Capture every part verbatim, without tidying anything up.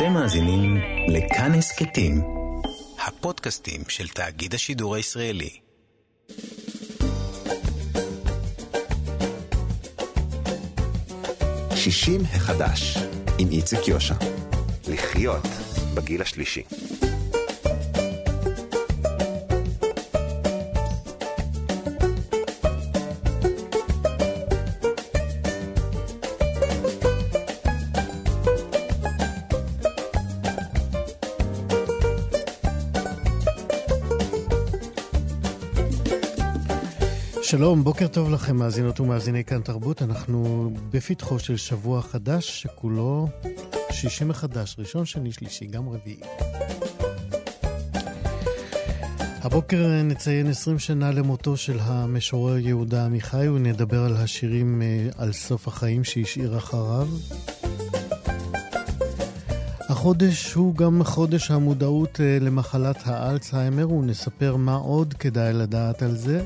אתם מאזינים לכאן הסכתים, הפודקאסטים של תאגיד השידור הישראלי. שישים החדש עם איציק יושע. לחיות בגיל השלישי. שלום, בוקר טוב לכם מאזינות ומאזיני כאן תרבות. אנחנו בפתחו של שבוע חדש שכולו שישים מחדש, ראשון, שני, שלישי, גם רביעי. הבוקר נציין עשרים שנה למותו של המשורר יהודה עמיחי, ונדבר על השירים על סוף החיים שהשאיר אחריו. החודש הוא גם חודש המודעות למחלת האלצהיימר, ונספר מה עוד כדאי לדעת על זה.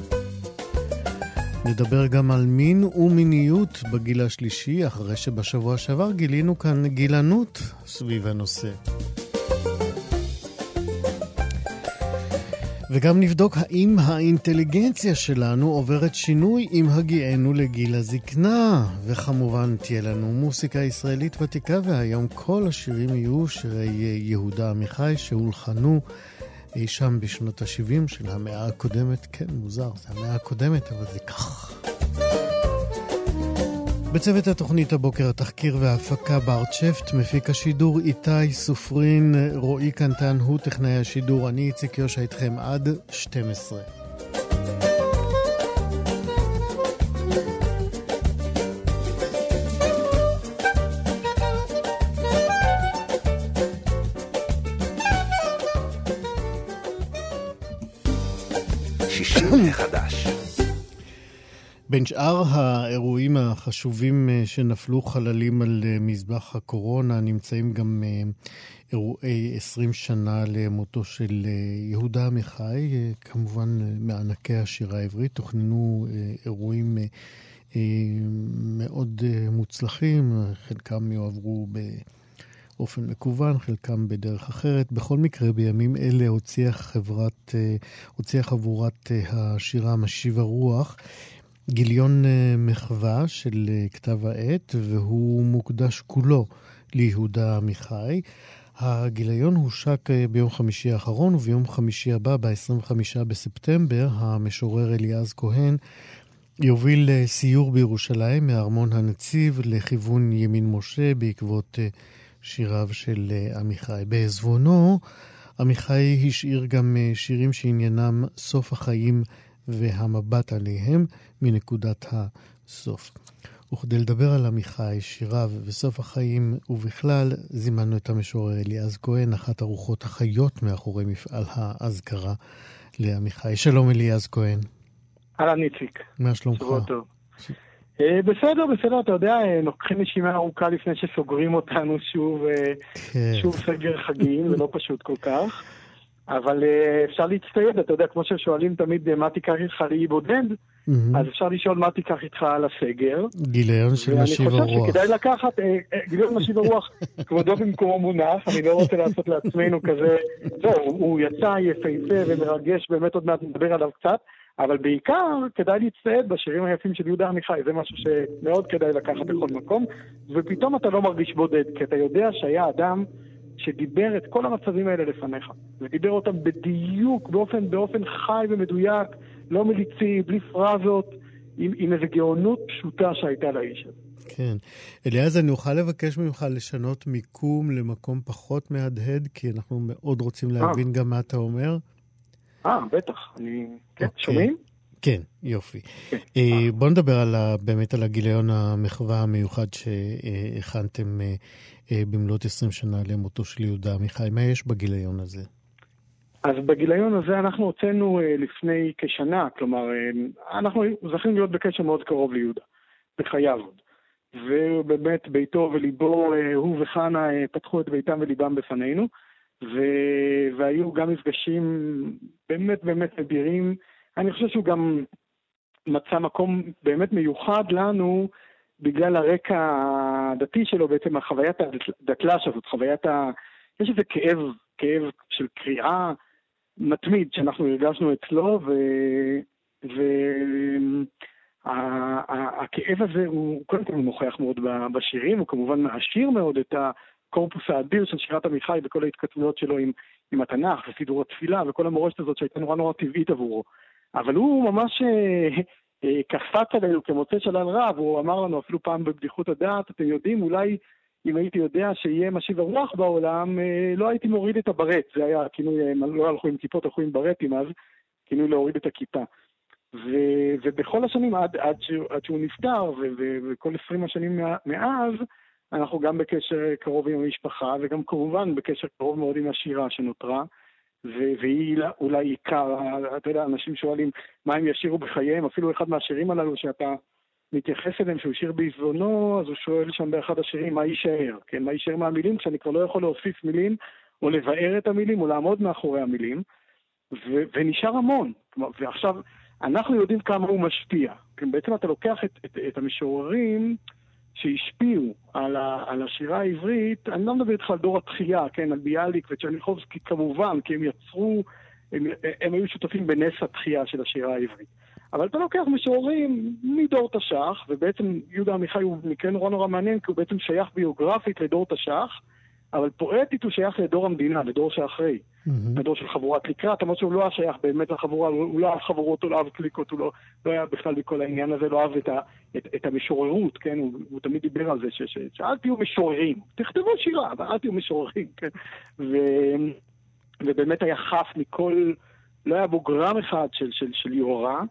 נדבר גם על מין ומיניות בגיל השלישי, אחרי שבשבוע שעבר גילינו כאן גילנות סביב הנושא. וגם נבדוק האם האינטליגנציה שלנו עוברת שינוי עם הגיענו לגיל הזקנה. וכמובן תהיה לנו מוסיקה ישראלית ותיקה, והיום כל השירים יהיו שירי יהודה עמיחי שהולחנו אי שם בשנות ה-שבעים של המאה הקודמת. כן, מוזר, זה המאה הקודמת, אבל זה כך. בצוות התוכנית הבוקר התחקיר וההפקה בארט שפט, מפיק השידור איתי סופרין, רועי קנטן הוא טכנאי השידור, אני איציק יושע איתכם עד שתים עשרה. חדש. בין שאר האירועים החשובים שנפלו חללים על מזבח הקורונה, נמצאים גם אירועי עשרים שנה למותו של יהודה עמיחי, כמובן מענקי השירה העברית. תוכננו אירועים מאוד מוצלחים, חלקם יועברו ב... אופן מקוון, חלקם בדרך אחרת. בכל מקרה, בימים אלה הוציאה חברת, הוציאה חבורת השירה משיב הרוח, גיליון מחווה של כתב העת, והוא מוקדש כולו ליהודה עמיחי. הגיליון הושק ביום חמישי האחרון, וביום חמישי הבא, ב-עשרים וחמישה בספטמבר, המשורר אליעז כהן יוביל סיור בירושלים מארמון הנציב לכיוון ימין משה בעקבות שיריו של עמיחי. בעזבונו, עמיחי השאיר גם שירים שעניינם סוף החיים והמבט עליהם מנקודת הסוף. וכדי לדבר על עמיחי, שיריו וסוף החיים ובכלל, זימנו את המשורר אליעז כהן, אחת הרוחות החיות מאחורי מפעל האזכרה לעמיחי. שלום אליעז כהן. אהלן איציק. מה שלומך? שבוע טוב. בסדר, בסדר, אתה יודע, נוקחים נשימה ארוכה לפני שסוגרים אותנו שוב, שוב סגר חגים, זה לא פשוט כל כך, אבל אפשר להצטייד, אתה יודע, כמו ששואלים תמיד מה תיקח איתך לאי בודד, אז אפשר לשאול מה תיקח איתך על הסגר. גיליון של משיב הרוח. ואני חושב שכדאי לקחת, גיליון משיב הרוח, כבודו במקומו מונח, אני לא רוצה לעשות לעצמנו כזה, זהו, הוא יצא יפהפה ומרגש, באמת עוד מעט נדבר עליו קצת, אבל בעיקר כדאי להצטעד בשירים היפים של יהודה עמיחי, זה משהו שמאוד כדאי לקחת בכל מקום, ופתאום אתה לא מרגיש בודד, כי אתה יודע שהיה אדם שדיבר את כל המצבים האלה לפניך, ודיבר אותם בדיוק, באופן, באופן חי ומדויק, לא מליצי, בלי פרזות, עם, עם איזו גאונות פשוטה שהייתה לאיש הזה. כן. אליעז, אני אוכל לבקש ממך לשנות מיקום למקום פחות מהדהד, כי אנחנו מאוד רוצים להבין 아. גם מה אתה אומר. אה, בטח. אני... כן, שומעים? כן, יופי. בוא נדבר על ה, באמת על הגיליון המחווה המיוחד שהכנתם במלאת עשרים שנה למותו של יהודה עמיחי. מה יש בגיליון הזה? אז בגיליון הזה אנחנו הוצאנו לפני כשנה, כלומר, אנחנו זכינו להיות בקשר מאוד קרוב ליהודה, בחייו עוד. ובאמת ביתו וליבו, הוא וחנה פתחו את ביתם וליבם בפנינו, ו- והיו גם מפגשים באמת באמת נדירים. אני חושב שהוא גם מצא מקום באמת מיוחד לנו בגלל הרקע הדתי שלו, בעצם החוויית הדתל"ש הזאת, חוויית ה... יש איזה כאב, כאב של קריאה מתמיד שאנחנו הרגשנו אצלו, ו... והכאב הזה הוא קודם כל מוכח מאוד בשירים, הוא כמובן מעשיר מאוד את הקורפוס האדיר של שירת עמיחי בכל ההתכתבויות שלו עם, עם התנ"ך וסידור התפילה וכל המורשת הזאת שהייתה נורא נורא טבעית עבורו. אבל הוא ממש קפץ עלינו כמוצא שלל רב, הוא אמר לנו אפילו פעם בבדיחות הדעת, אתם יודעים, אולי אם הייתי יודע שיהיה משיב הרוח בעולם, לא הייתי מוריד את הברט, זה היה כינוי, לא הלכו עם כיפות, הלכו עם ברטים אז, כינוי להוריד את הכיפה. ו- ובכל השנים עד, עד, שהוא, עד שהוא נפטר, ו- ו- וכל עשרים השנים מאז, אנחנו גם בקשר קרוב עם המשפחה, וגם כמובן בקשר קרוב מאוד עם השירה שנותרה, ו- והיא אולי עיקר, אתה יודע, אנשים שואלים מה הם ישירו בחייהם, אפילו אחד מהשירים הללו שאתה מתייחס אליהם, שהוא שיר בעזבונו, אז הוא שואל שם באחד השירים מה יישאר, כן, מה יישאר מהמילים, כשאני כבר לא יכול להוסיף מילים, או לבאר את המילים, או לעמוד מאחורי המילים, ו- ונשאר המון, ועכשיו, אנחנו יודעים כמה הוא משפיע. בעצם אתה לוקח את, את, את המשוררים שהשפיעו על, ה, על השירה העברית, אני לא מדבר איתך על דור התחייה, כן, על ביאליק וצ'רניחובסקי כמובן, כי הם יצרו, הם, הם היו שותפים בנס התחייה של השירה העברית. אבל אתה לוקח משוררים מדור תש"ח, ובעצם יהודה עמיחי הוא מקרה נורא נורא מעניין, כי הוא בעצם שייך ביוגרפית לדור תש"ח, אבל פואטית הוא שייך לדור המדינה, לדור שאחרי. Mm-hmm. לדור של חבורת לקראת, למרות שהוא לא היה שייך באמת לחבורה, הוא לא אהב חבורות, הוא לא אהב קליקות, הוא לא, לא היה בכלל בכל העניין הזה, לא אהב את, ה, את, את המשוררות, כן? הוא, הוא תמיד דיבר על זה, ש, ש, שאל תהיו משוררים, תכתבו שירה, אבל אל תהיו משוררים, כן? ו, ובאמת היה חף מכל, לא היה בו גרם אחד של, של, של יוהרה,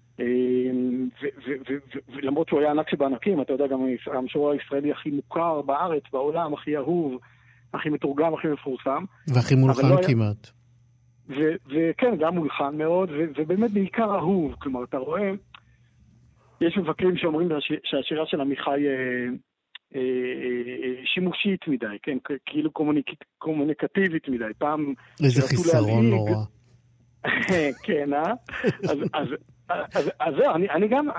ולמרות שהוא היה ענק שבענקים, אתה יודע, גם המשורר הישראלי הכי מוכר בארץ, בעולם, הכי אהוב, הכי מתורגם, הכי מפורסם. והכי מולחן לא כמעט. ו- וכן, גם מולחן מאוד, ו- ובאמת בעיקר אהוב. כלומר, אתה רואה, יש מבקרים שאומרים שהשירה של עמיחי אה, אה, אה, שימושית מדי, כן? כאילו קומוניק- קומוניקטיבית מדי. פעם... איזה חיסרון נורא. כן, אה? אז, אז, אז, אז זהו, אני, אני גם...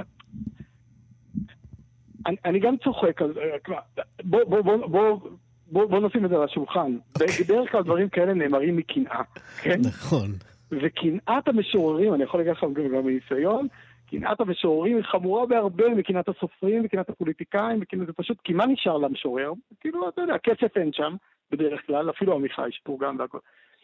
אני, אני גם צוחק, אז, בוא, בוא, בוא, בוא, בוא, בוא נשים את זה על השולחן. בדרך כלל דברים כאלה נאמרים מקנאה, כן? נכון. וקנאת המשוררים, אני יכול להגיד לך גם מניסיון, קנאת המשוררים היא חמורה בהרבה מקנאת הסופרים וקנאת הפוליטיקאים, וקנאת זה פשוט, כי מה נשאר למשורר? כאילו, אתה יודע, כסף אין שם, בדרך כלל, אפילו עמיחי שתורגם והכל.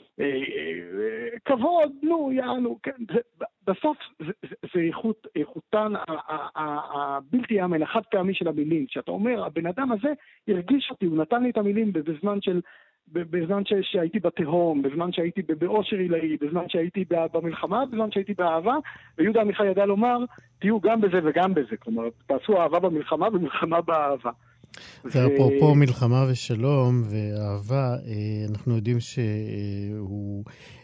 כבוד, נו, יענו, כן, בסוף זה איכות, איכותן הבלתי יאמן, החד פעמי של המילים. כשאתה אומר, הבן אדם הזה הרגיש אותי, הוא נתן לי את המילים בזמן של, בזמן שהייתי בתהום, בזמן שהייתי באושר עילאי, בזמן שהייתי במלחמה, בזמן שהייתי באהבה, ויהודה עמיחי ידע לומר, תהיו גם בזה וגם בזה, כלומר, תעשו אהבה במלחמה ומלחמה באהבה. ואפרופו מלחמה ושלום ואהבה, אנחנו יודעים שהוא,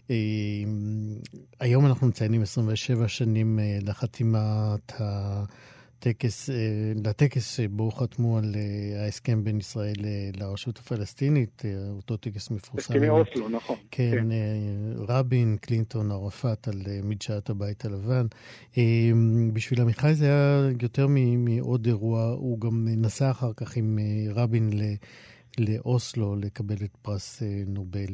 היום אנחנו מציינים עשרים ושבע שנים לחתימת הטקס, לטקס שבו חתמו על ההסכם בין ישראל לרשות הפלסטינית, אותו טקס מפורסם. הסכמי אוסלו, נכון. כן, רבין, קלינטון, ערפאת על מדשאת הבית הלבן. בשביל עמיחי זה היה יותר מעוד אירוע, הוא גם נסע אחר כך עם רבין לאוסלו לקבל את פרס נובל.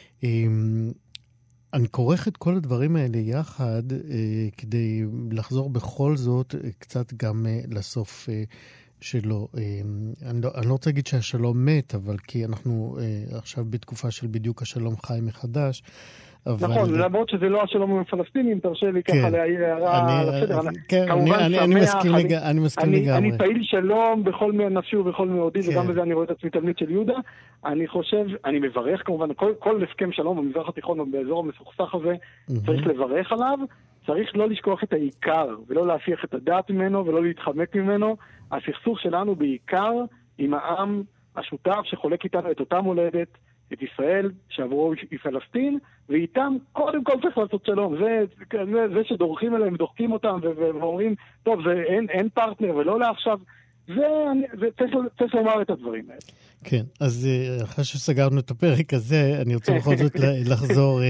אני כורך את כל הדברים האלה יחד כדי לחזור בכל זאת קצת גם לסוף שלו. אני לא, אני לא רוצה להגיד שהשלום מת, אבל כי אנחנו עכשיו בתקופה של בדיוק השלום חי מחדש. נכון, למרות שזה לא השלום עם הפלסטינים, תרשה לי ככה להעיר הערה על הסדר. כן, אני מסכים לגמרי. אני פעיל שלום בכל נפשי ובכל מאודי, וגם בזה אני רואה את עצמי תלמיד של יהודה. אני חושב, אני מברך כמובן, כל הסכם שלום במזרח התיכון ובאזור המסוכסך הזה, צריך לברך עליו, צריך לא לשכוח את העיקר, ולא להפיח את הדעת ממנו, ולא להתחמק ממנו. הסכסוך שלנו בעיקר עם העם השותף שחולק איתנו את אותה מולדת, את ישראל, שעברו היא פלסטין, ואיתם קודם כל צריך לעשות שלום. זה, זה, זה שדורכים אליהם, דוחקים אותם ואומרים, טוב, זה אין, אין פרטנר ולא לעכשיו. זה, זה צריך, צריך לומר את הדברים האלה. כן, אז אחרי שסגרנו את הפרק הזה, אני רוצה בכל זאת לחזור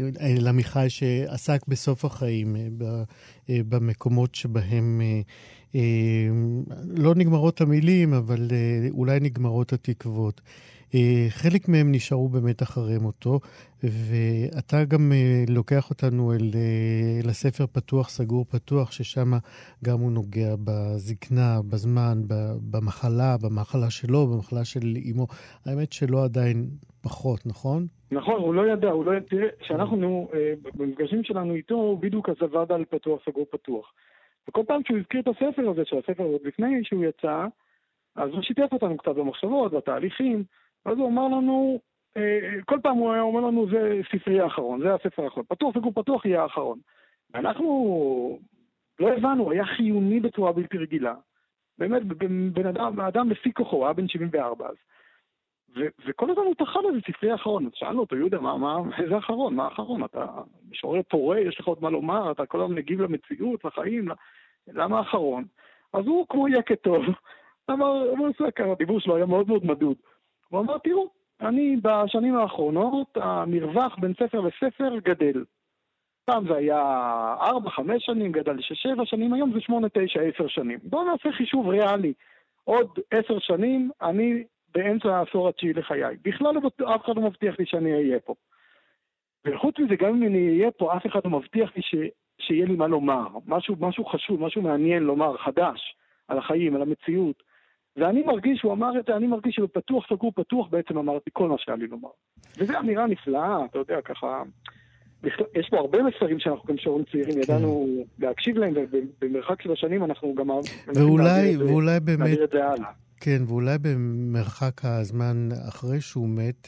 לעמיחי שעסק בסוף החיים, במקומות שבהם לא נגמרות המילים, אבל אולי נגמרות התקוות. חלק מהם נשארו באמת אחרי מותו, ואתה גם לוקח אותנו אל, לספר פתוח, סגור פתוח, ששם גם הוא נוגע בזקנה, בזמן, במחלה, במחלה שלו, במחלה של אמו. האמת שלא עדיין פחות, נכון? נכון, הוא לא ידע, הוא לא ידע. תראה, שאנחנו, במפגשים שלנו איתו, הוא בדיוק עבד על פתוח, סגור פתוח. וכל פעם שהוא הזכיר את הספר הזה, שהספר עוד לפני שהוא יצא, אז הוא שיתף אותנו קצת במחשבות, בתהליכים, אז הוא אמר לנו, כל פעם הוא היה אומר לנו, זה ספרי האחרון, זה הספר האחרון. פתוח, סגור פתוח יהיה האחרון. ואנחנו לא הבנו, היה חיוני בצורה בלתי רגילה. באמת, בן אדם, האדם לפי כוחו, היה בן שבעים וארבע אז. ו- וכל הזמן הוא תחל איזה ספרי האחרון. אז שאלנו אותו, יהודה, מה, מה, איזה האחרון? מה האחרון? אתה משורר פורה, יש לך עוד מה לומר, אתה כל הזמן מגיב למציאות, לחיים, למה האחרון? אז הוא, כמו יקה טוב, אמר, הוא עושה ככה, הדיבור שלו היה מאוד מאוד מדוד. הוא אמר, תראו, אני בשנים האחרונות, המרווח בין ספר לספר גדל. פעם זה היה ארבע, חמש שנים, גדל לשש, שבע שנים, היום זה שמונה, תשע, עשר שנים. בואו נעשה חישוב ריאלי. עוד עשר שנים, אני באמצע העשור התשיעי לחיי. בכלל אף אחד לא מבטיח לי שאני אהיה פה. וחוץ מזה, גם אם אני אהיה פה, אף אחד לא מבטיח לי ש... שיהיה לי מה לומר. משהו, משהו חשוב, משהו מעניין לומר, חדש, על החיים, על המציאות. ואני מרגיש, הוא אמר את זה, אני מרגיש שבפתוח, סגור, פתוח, בעצם אמרתי כל מה שהיה לי לומר. וזו אמירה נפלאה, אתה יודע, ככה, יש פה הרבה מסרים שאנחנו גם שוררים צעירים, ידענו להקשיב להם, ובמרחק של השנים אנחנו גם ואולי, ואולי באמת, נעביר את זה הלאה. כן, ואולי במרחק הזמן אחרי שהוא מת,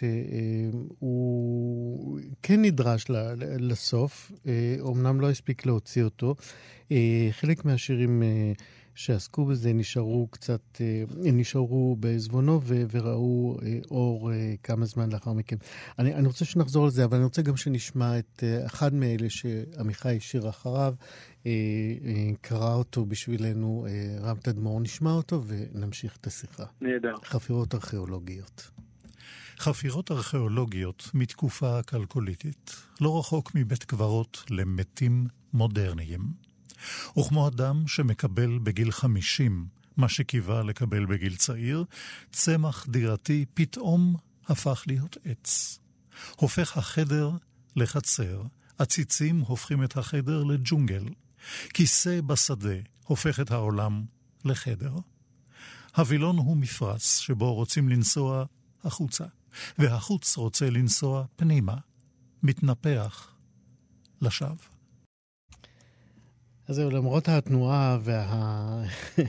הוא כן נדרש לסוף, אומנם לא הספיק להוציא אותו. חלק מהשירים שעסקו בזה נשארו קצת, נשארו בעזבונו וראו אור כמה זמן לאחר מכן. אני, אני רוצה שנחזור על זה, אבל אני רוצה גם שנשמע את אחד מאלה שעמיחי השאיר אחריו, קרא אותו בשבילנו רם תדמור. נשמע אותו ונמשיך את השיחה. נהדר. חפירות ארכיאולוגיות. חפירות ארכיאולוגיות מתקופה כלכוליתית, לא רחוק מבית קברות למתים מודרניים. וכמו אדם שמקבל בגיל חמישים מה שקיווה לקבל בגיל צעיר, צמח דירתי פתאום הפך להיות עץ. הופך החדר לחצר, עציצים הופכים את החדר לג'ונגל, כיסא בשדה הופך את העולם לחדר. הווילון הוא מפרס שבו רוצים לנסוע החוצה, והחוץ רוצה לנסוע פנימה, מתנפח לשווא. אז זהו, למרות התנועה וה...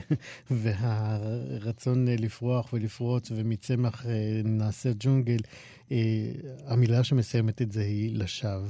והרצון לפרוח ולפרוץ ומצמח נעשה ג'ונגל, המילה שמסיימת את זה היא לשווא.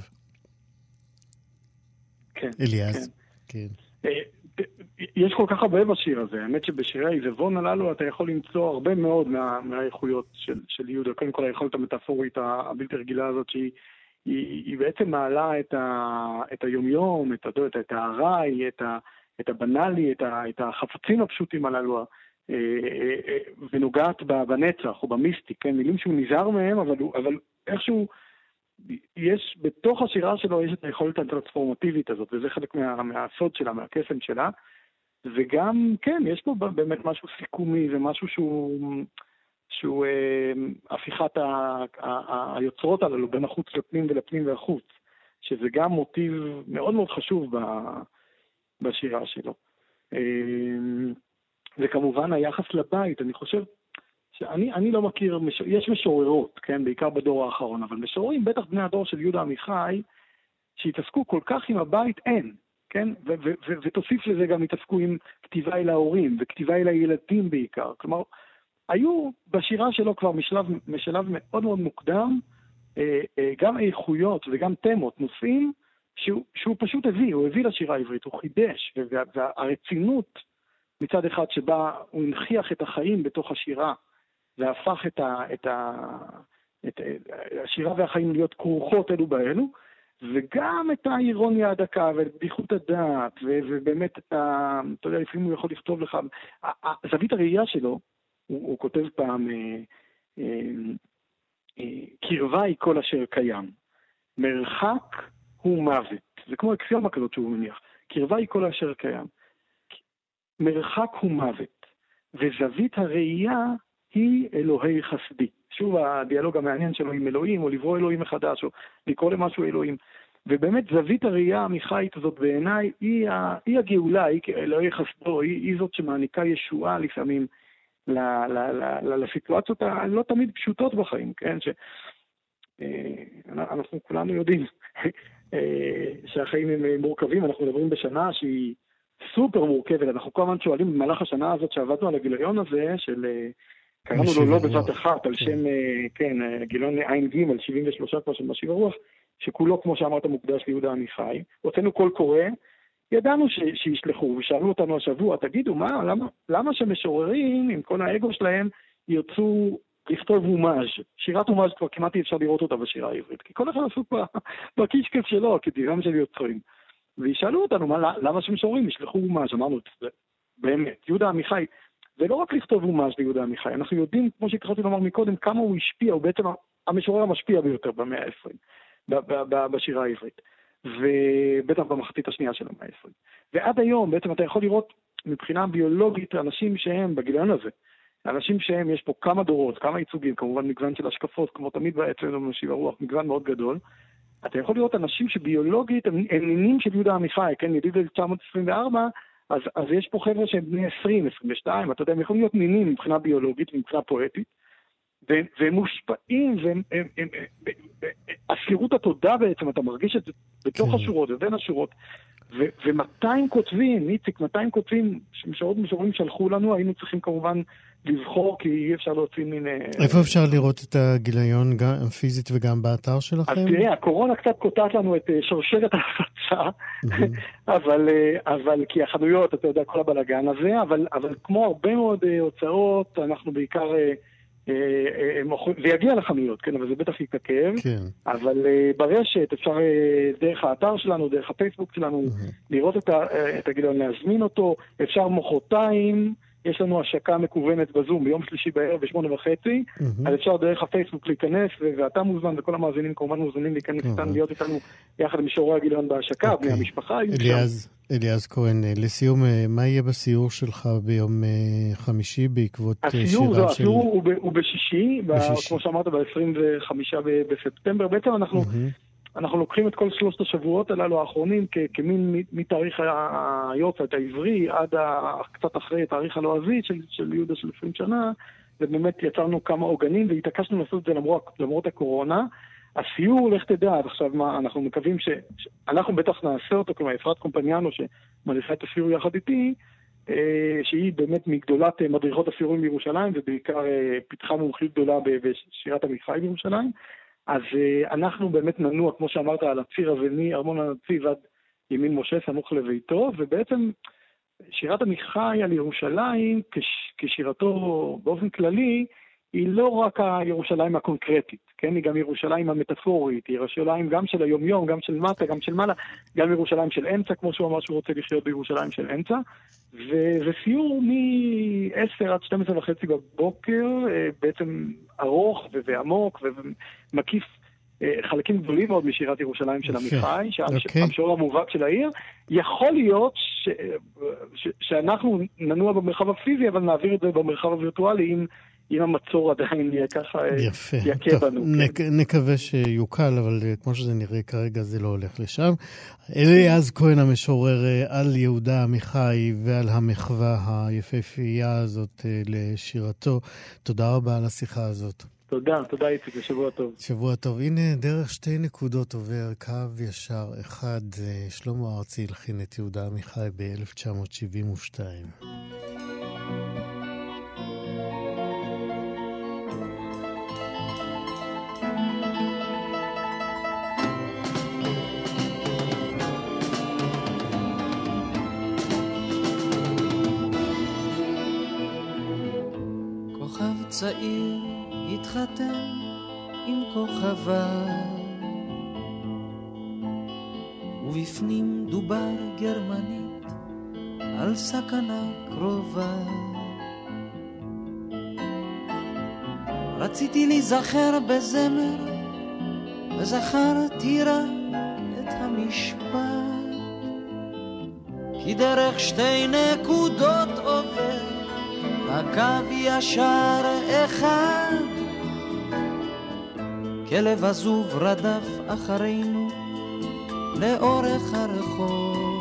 כן. אליעז. כן. כן. יש כל כך הרבה בשיר הזה. האמת שבשירי העיזבון הללו אתה יכול למצוא הרבה מאוד מה... מהאיכויות של, של יהודה. קודם כל היכולת המטאפורית הבלתי רגילה הזאת שהיא היא, היא בעצם מעלה את, ה, את היומיום, את, את, את הערי, את, ה, את הבנאלי, את, ה, את החפצים הפשוטים הללו, ונוגעת בנצח או במיסטי, כן? מילים שהוא נזהר מהם, אבל, אבל איכשהו יש, בתוך השירה שלו יש את היכולת הטרנספורמטיבית הזאת, וזה חלק מה, מהסוד שלה, מהקסם שלה, וגם, כן, יש פה באמת משהו סיכומי, ומשהו שהוא... שהוא אה, הפיכת ה, ה, היוצרות הללו בין החוץ לפנים ולפנים והחוץ, שזה גם מוטיב מאוד מאוד חשוב ב, בשירה שלו. אה, וכמובן היחס לבית, אני חושב שאני אני לא מכיר, מש, יש משוררות, כן, בעיקר בדור האחרון, אבל משוררים, בטח בני הדור של יהודה עמיחי, שהתעסקו כל כך עם הבית, אין, כן, ו, ו, ו, ותוסיף לזה גם התעסקו עם כתיבה אל ההורים, וכתיבה אל הילדים בעיקר, כלומר, היו בשירה שלו כבר משלב, משלב מאוד מאוד מוקדם, גם איכויות וגם תמות, נושאים שהוא, שהוא פשוט הביא, הוא הביא לשירה העברית, הוא חידש, והרצינות מצד אחד שבה הוא הנחיח את החיים בתוך השירה, והפך את, ה, את, ה, את השירה והחיים להיות כרוכות אלו באלו, וגם את האירוניה הדקה ואת בדיחות הדעת, ובאמת את ה... אתה יודע, לפעמים הוא יכול לכתוב לך, זווית הראייה שלו, הוא, הוא כותב פעם, אה, אה, אה, קרבה היא כל אשר קיים. מרחק הוא מוות. זה כמו אקסיומה כזאת שהוא מניח. קרבה היא כל אשר קיים. מרחק הוא מוות, וזווית הראייה היא אלוהי חסדי. שוב הדיאלוג המעניין שלו עם אלוהים, או לברוא אלוהים מחדש, או לקרוא למשהו אלוהים. ובאמת זווית הראייה המכאית הזאת בעיניי, היא, היא הגאולה, היא אלוהי חסדו, היא, היא זאת שמעניקה ישועה לפעמים ל, ל, ל, ל, לסיטואציות הלא תמיד פשוטות בחיים, כן? ש, אנחנו כולנו יודעים שהחיים הם מורכבים, אנחנו מדברים בשנה שהיא סופר מורכבת, אנחנו כל הזמן שואלים במהלך השנה הזאת שעבדנו על הגיליון הזה, של קראנו לו לא בבת אחת, על שם, כן, גיליון עין ג' על שבעים ושלוש כבר של משיב הרוח, שכולו, כמו שאמרת, מוקדש ליהודה עמיחי. הוצאנו קול קורא, ידענו ש, שישלחו, ושאלו אותנו השבוע, תגידו, מה, למה, למה שמשוררים, עם כל האגו שלהם, ירצו לכתוב הומאז'? שירת הומאז' כבר כמעט אי אפשר לראות אותה בשירה העברית, כי כל אחד עסוק בקישקף שלו, כדירם של יוצרים. וישאלו אותנו, מה, למה שמשוררים ישלחו הומאז'? אמרנו, באמת, יהודה עמיחי, זה לא רק לכתוב הומאז' ליהודה עמיחי, אנחנו יודעים, כמו שהתחלתי לומר מקודם, כמה הוא השפיע, הוא בעצם המשורר המשפיע ביותר במאה ה-עשרים, בשירה העברית, ובטח במחצית השנייה של המאה ה-עשרים. ועד היום, בעצם אתה יכול לראות מבחינה ביולוגית, אנשים שהם, בגיליון הזה, אנשים שהם, יש פה כמה דורות, כמה ייצוגים, כמובן מגוון של השקפות, כמו תמיד אצלנו במשיב הרוח, מגוון מאוד גדול. אתה יכול לראות אנשים שביולוגית הם, הם נינים של יהודה עמיחי, כן, ידיד אלף תשע מאות עשרים וארבע, אז, אז יש פה חבר'ה שהם בני עשרים, עשרים ושתיים, אתה יודע, הם יכולים להיות נינים מבחינה ביולוגית, מבחינה פואטית, והם, והם מושפעים, והם, הם, הם, הם, הספירות התודה בעצם, אתה מרגיש את זה בתוך השורות, ובין השורות, ו-מאתיים כותבים, ניציק, מאתיים כותבים, שמשוררות משוררים שלחו לנו, היינו צריכים כמובן לבחור, כי אי אפשר להוציא מן... איפה אפשר לראות את הגיליון גם פיזית וגם באתר שלכם? אז תראה, הקורונה קצת קוטעת לנו את שרשרת ההפצה, אבל, אבל כי החנויות, אתה יודע, כל הבלגן הזה, אבל, אבל כמו הרבה מאוד הוצאות, אנחנו בעיקר... זה יגיע לחנויות, כן, אבל זה בטח יתעכב, כן. אבל uh, ברשת אפשר uh, דרך האתר שלנו, דרך הפייסבוק שלנו, mm-hmm. לראות את, ה, uh, את הגיליון, להזמין אותו, אפשר מחרתיים, יש לנו השקה מקוונת בזום ביום שלישי בערב בשמונה וחצי, mm-hmm. אז אפשר דרך הפייסבוק להיכנס, ואתה מוזמן וכל המאזינים כמובן מוזמנים להיכנס mm-hmm. איתנו, להיות איתנו יחד עם משוררי הגיליון בהשקה, okay. בני המשפחה. אליעז, אליעז כהן, לסיום, מה יהיה בסיור שלך ביום חמישי בעקבות שירה של... הסיור, זו, הסיור הוא, ב, הוא בשישי, בשישי. כמו שאמרת, ב-עשרים וחמישה בספטמבר, בעצם אנחנו... Mm-hmm. אנחנו לוקחים את כל שלושת השבועות הללו האחרונים כמין מתאריך היורצייט העברי עד קצת אחרי תאריך הלועזי של, של יהודה של עשרים שנה, ובאמת יצרנו כמה עוגנים והתעקשנו לעשות את זה למרות, למרות הקורונה. הסיור, לך תדע, עד עכשיו מה, אנחנו מקווים ש... אנחנו בטח נעשה אותו, כלומר, אפרת קומפניאנו שמדריכה את הסיור יחד איתי, שהיא באמת מגדולת מדריכות הסיורים בירושלים, ובעיקר פיתחה מומחית גדולה בשירת עמיחי בירושלים. אז uh, אנחנו באמת ננוע, כמו שאמרת, על הציר הזה, מארמון הנציב עד ימין משה, סמוך לביתו, ובעצם שירת עמיחי על ירושלים, כש, כשירתו באופן כללי, היא לא רק הירושלים הקונקרטית, כן? היא גם ירושלים המטאפורית, היא ירושלים גם של היום-יום, גם של מטה, גם של מעלה, גם ירושלים של אמצע, כמו שהוא אמר שהוא רוצה לחיות בירושלים של אמצע, וזה סיור מ-עשר עד שתים עשרה וחצי בבוקר, בעצם ארוך ועמוק ומקיף חלקים גדולים מאוד משירת ירושלים של עמיחי, שהמשורר המובהק של העיר. יכול להיות ש... ש... שאנחנו ננוע במרחב הפיזי, אבל נעביר את זה במרחב הווירטואלי, אם אם המצור עדיין יהיה ככה יקה בנו. נק, נקווה שיוקל, אבל כמו שזה נראה כרגע זה לא הולך לשם. אליעז כהן המשורר על יהודה עמיחי ועל המחווה היפהפייה הזאת לשירתו. תודה רבה על השיחה הזאת. תודה, תודה איציק, שבוע טוב. שבוע טוב. הנה דרך שתי נקודות עובר קו ישר אחד. שלמה ארצי הלחין את יהודה עמיחי ב-אלף תשע מאות שבעים ושתיים. צעיר התחתן עם כוכבה, ובפנים דובר גרמנית על סכנה קרובה. רציתי להיזכר בזמר, וזכרתי רק את המשפט, כי דרך שתי נקודות עובר הקו ישר אחד. כלב עזוב רדף אחרינו לאורך הרחוב,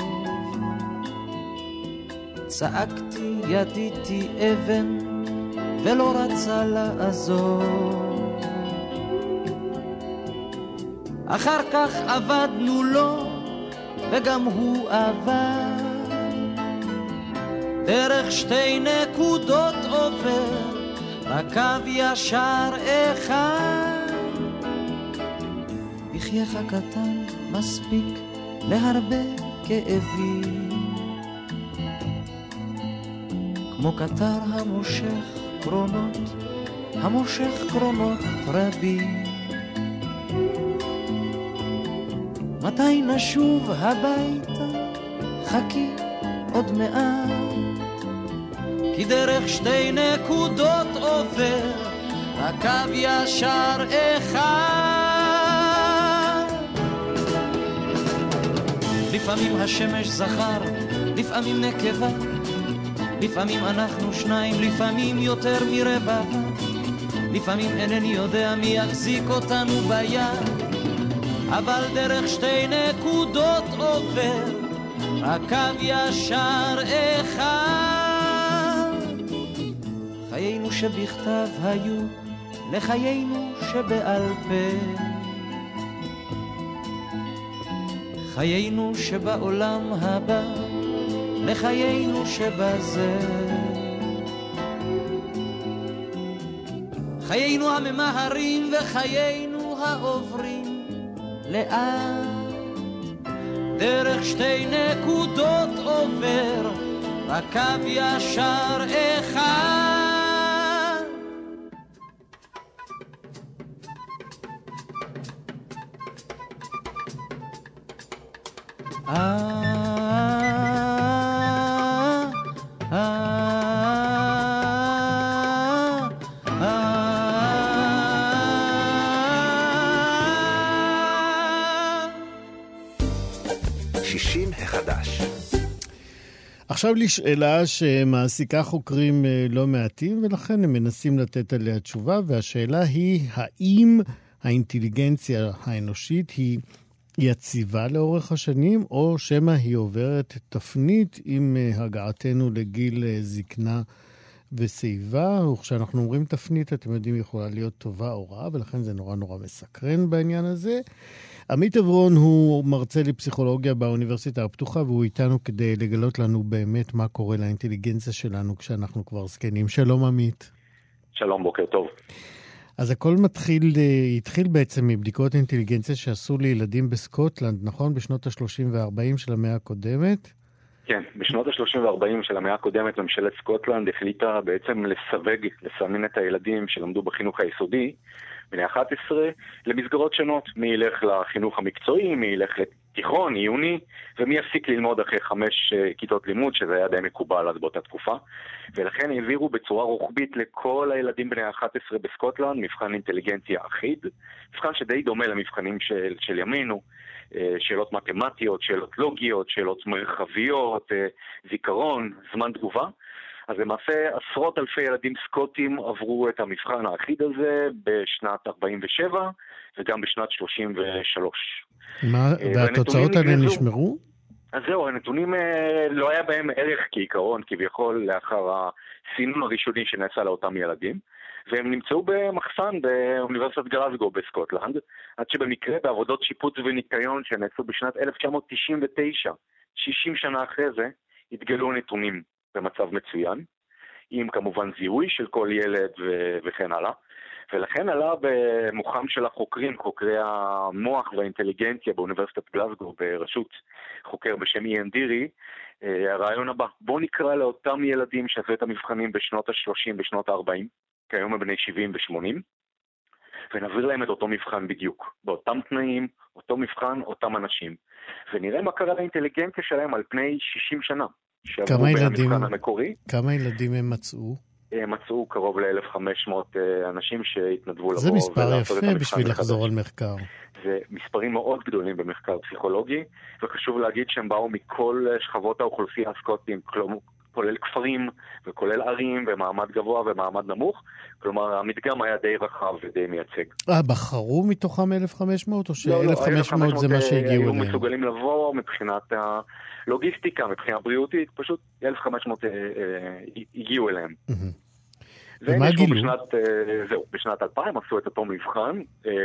צעקתי ידיתי אבן ולא רצה לעזור. אחר כך עבדנו לו וגם הוא עבד, דרך שתי נקודות עובר הקו ישר אחד. בחייך קטן מספיק להרבה כאבים, כמו קטר המושך קרונות, המושך קרונות רבים. מתי נשוב הביתה? חכי עוד מעט, כי דרך שתי נקודות עובר הקו ישר אחד. לפעמים השמש זכר, לפעמים נקבה, לפעמים אנחנו שניים, לפעמים יותר מרבע, לפעמים אינני יודע מי יחזיק אותנו ביד, אבל דרך שתי נקודות עובר הקו ישר אחד. חיינו שבכתב היו לחיינו שבעל פה, חיינו שבעולם הבא לחיינו שבזה, חיינו הממהרים וחיינו העוברים לאט, דרך שתי נקודות עובר הקו ישר אחד. עכשיו לשאלה שמעסיקה חוקרים לא מעטים, ולכן הם מנסים לתת עליה תשובה, והשאלה היא, האם האינטליגנציה האנושית היא יציבה לאורך השנים, או שמה היא עוברת תפנית עם הגעתנו לגיל זקנה ושיבה? וכשאנחנו אומרים תפנית, אתם יודעים, יכולה להיות טובה או רעה, ולכן זה נורא נורא מסקרן בעניין הזה. עמית אברון הוא מרצה לפסיכולוגיה באוניברסיטה הפתוחה, והוא איתנו כדי לגלות לנו באמת מה קורה לאינטליגנציה שלנו כשאנחנו כבר זקנים. שלום עמית. שלום, בוקר טוב. אז הכל מתחיל, התחיל בעצם מבדיקות אינטליגנציה שעשו לילדים בסקוטלנד, נכון? בשנות ה-שלושים וה-ארבעים של המאה הקודמת? כן, בשנות ה-שלושים וה-ארבעים של המאה הקודמת ממשלת סקוטלנד החליטה בעצם לסווג, לסמן את הילדים שלמדו בחינוך היסודי, בני אחת עשרה, למסגרות שונות. מי ילך לחינוך המקצועי, מי ילך לתיכון, עיוני, ומי יפסיק ללמוד אחרי חמש כיתות לימוד, שזה היה די מקובל אז באותה תקופה. ולכן העבירו בצורה רוחבית לכל הילדים בני אחת עשרה בסקוטלנד מבחן אינטליגנציה אחיד, מבחן שדי דומה למבחנים של, של ימינו, שאלות מתמטיות, שאלות לוגיות, שאלות מרחביות, זיכרון, זמן תגובה. אז למעשה עשרות אלפי ילדים סקוטים עברו את המבחן האחיד הזה בשנת ארבעים ושבע וגם בשנת שלושים ושלוש. מה, והתוצאות האלה נשמרו? אז זהו, הנתונים לא היה בהם ערך כעיקרון, כביכול לאחר הסינון הראשוני שנעשה לאותם ילדים, והם נמצאו במחסן באוניברסיטת גלזגו בסקוטלנד, עד שבמקרה בעבודות שיפוץ וניקיון שנעשו בשנת אלף תשע מאות תשעים ותשע, שישים שנה אחרי זה, התגלו נתונים במצב מצוין, עם כמובן זיהוי של כל ילד ו- וכן הלאה, ולכן עלה במוחם של החוקרים, חוקרי המוח והאינטליגנציה באוניברסיטת גלזגו, בראשות חוקר בשם איאן דירי, הרעיון הבא, בוא נקרא לאותם ילדים שעשו את המבחנים בשנות ה-שלושים, בשנות ה-ארבעים, כיום הם בני שבעים ו-שמונים, ונעביר להם את אותו מבחן בדיוק, באותם תנאים, אותו מבחן, אותם אנשים, ונראה מה קרה לאינטליגנציה שלהם על פני שישים שנה. כמה ילדים, כמה ילדים הם מצאו? מצאו קרוב ל-אלף וחמש מאות אנשים שהתנדבו לבוא. זה מספר יפה בשביל לחזור על מחקר. זה מספרים מאוד גדולים במחקר פסיכולוגי, וחשוב להגיד שהם באו מכל שכבות האוכלוסייה הסקוטים, כולל כפרים וכולל ערים ומעמד גבוה ומעמד נמוך, כלומר המדגם היה די רחב ודי מייצג. אה, בחרו מתוכם אלף וחמש מאות או ש-אלף וחמש מאות זה מה שהגיעו אליהם? היו מסוגלים לבוא מבחינת הלוגיסטיקה, מבחינה בריאותית, פשוט אלף וחמש מאות הגיעו אליהם. ומה גילו? זהו, בשנת אלפיים עשו את אותו מבחן,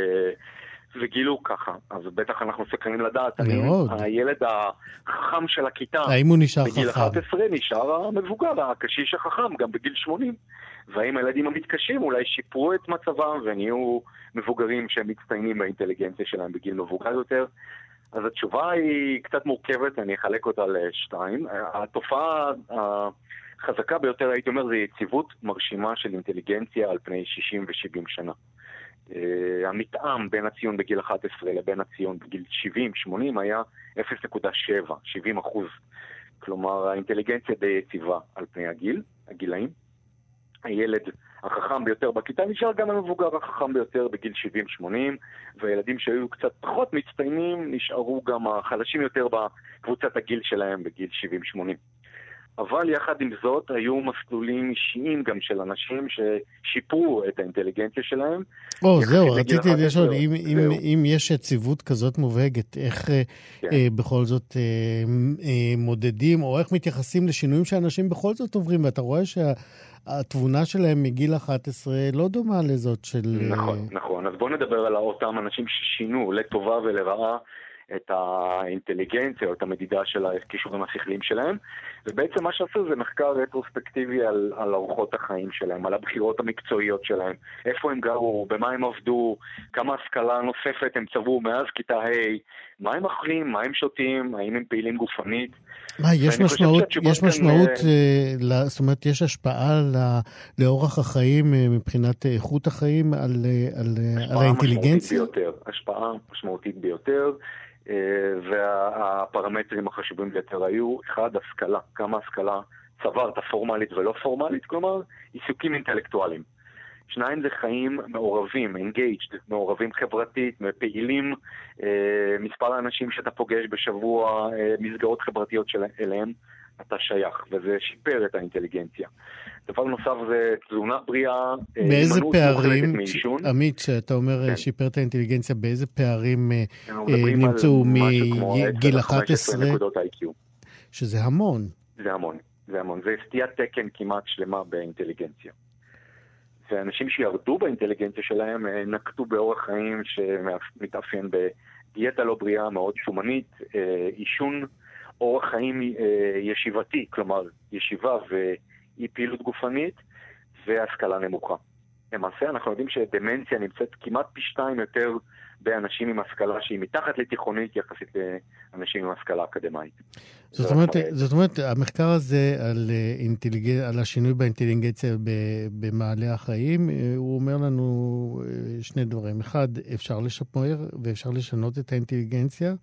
וגילו ככה, אז בטח אנחנו סקרנים לדעת, הילד החכם של הכיתה, האם הוא נשאר חכם? בגיל אחת עשרה נשאר המבוגר, הקשיש החכם, גם בגיל שמונים, והאם הילדים המתקשים אולי שיפרו את מצבם, ונהיו מבוגרים שהם מצטיינים באינטליגנציה שלהם בגיל מבוגר יותר. אז התשובה היא קצת מורכבת, אני אחלק אותה לשתיים. התופעה החזקה ביותר, הייתי אומר, זה יציבות מרשימה של אינטליגנציה על פני שישים ושבעים שנה. Uh, המתאם בין הציון בגיל אחת עשרה לבין הציון בגיל שבעים שמונים היה אפס נקודה שבע, שבעים אחוז. כלומר, האינטליגנציה די יציבה על פני הגיל, הגילאים. הילד החכם ביותר בכיתה נשאר גם המבוגר החכם ביותר בגיל שבעים שמונים, והילדים שהיו קצת פחות מצטיינים נשארו גם החלשים יותר בקבוצת הגיל שלהם בגיל שבעים שמונים. אבל יחד עם זאת היו מסלולים אישיים גם של אנשים ששיפרו את האינטליגנציה שלהם. או, זהו, רציתי לשאול, אם, אם, אם יש יציבות כזאת מובהגת, איך כן. אה, בכל זאת אה, אה, מודדים, או איך מתייחסים לשינויים שאנשים בכל זאת עוברים, ואתה רואה שהתבונה שלהם מגיל אחת עשרה לא דומה לזאת של... נכון, נכון. אז בואו נדבר על אותם אנשים ששינו לטובה ולרעה את האינטליגנציה או את המדידה של הכישורים השכליים שלהם, ובעצם מה שעשו זה מחקר רטרוספקטיבי על, על אורחות החיים שלהם, על הבחירות המקצועיות שלהם, איפה הם גרו, במה הם עבדו, כמה השכלה נוספת הם צברו מאז כיתה ה', מה הם אוכלים, מה הם שותים, האם הם פעילים גופנית. מה, יש משמעות, יש משמעות, כאן... זאת אומרת, יש השפעה לאורח החיים מבחינת איכות החיים על, על, על האינטליגנציה? ביותר, השפעה משמעותית ביותר, והפרמטרים החשובים ביותר היו, אחד, השכלה, כמה השכלה צברת פורמלית ולא פורמלית, כלומר, עיסוקים אינטלקטואליים. שניים זה חיים מעורבים, engaged, מעורבים חברתית, פעילים, מספר האנשים שאתה פוגש בשבוע, מסגרות חברתיות אליהם, אתה שייך, וזה שיפר את האינטליגנציה. דבר נוסף זה תזונה בריאה, באיזה פערים, עמית, שאתה אומר כן. שיפר את האינטליגנציה, באיזה פערים נמצאו מגיל אחת עשרה? נקודות איי קיו. שזה המון. זה המון, זה המון. זה סטיית תקן כמעט שלמה באינטליגנציה. ואנשים שירדו באינטליגנציה שלהם נקטו באורח חיים שמתאפיין בדיאטה לא בריאה, מאוד שומנית, עישון, אורח חיים ישיבתי, כלומר ישיבה ואי פעילות גופנית, והשכלה נמוכה. למעשה אנחנו יודעים שדמנציה נמצאת כמעט פי שתיים יותר באנשים עם השכלה שהיא מתחת לתיכונית יחסית לאנשים עם השכלה אקדמית. זאת אומרת, זאת אומרת, המחקר הזה על, אינטליג... על השינוי באינטליגנציה במעלה החיים, הוא אומר לנו שני דברים. אחד, אפשר לשפר ואפשר לשנות את האינטליגנציה,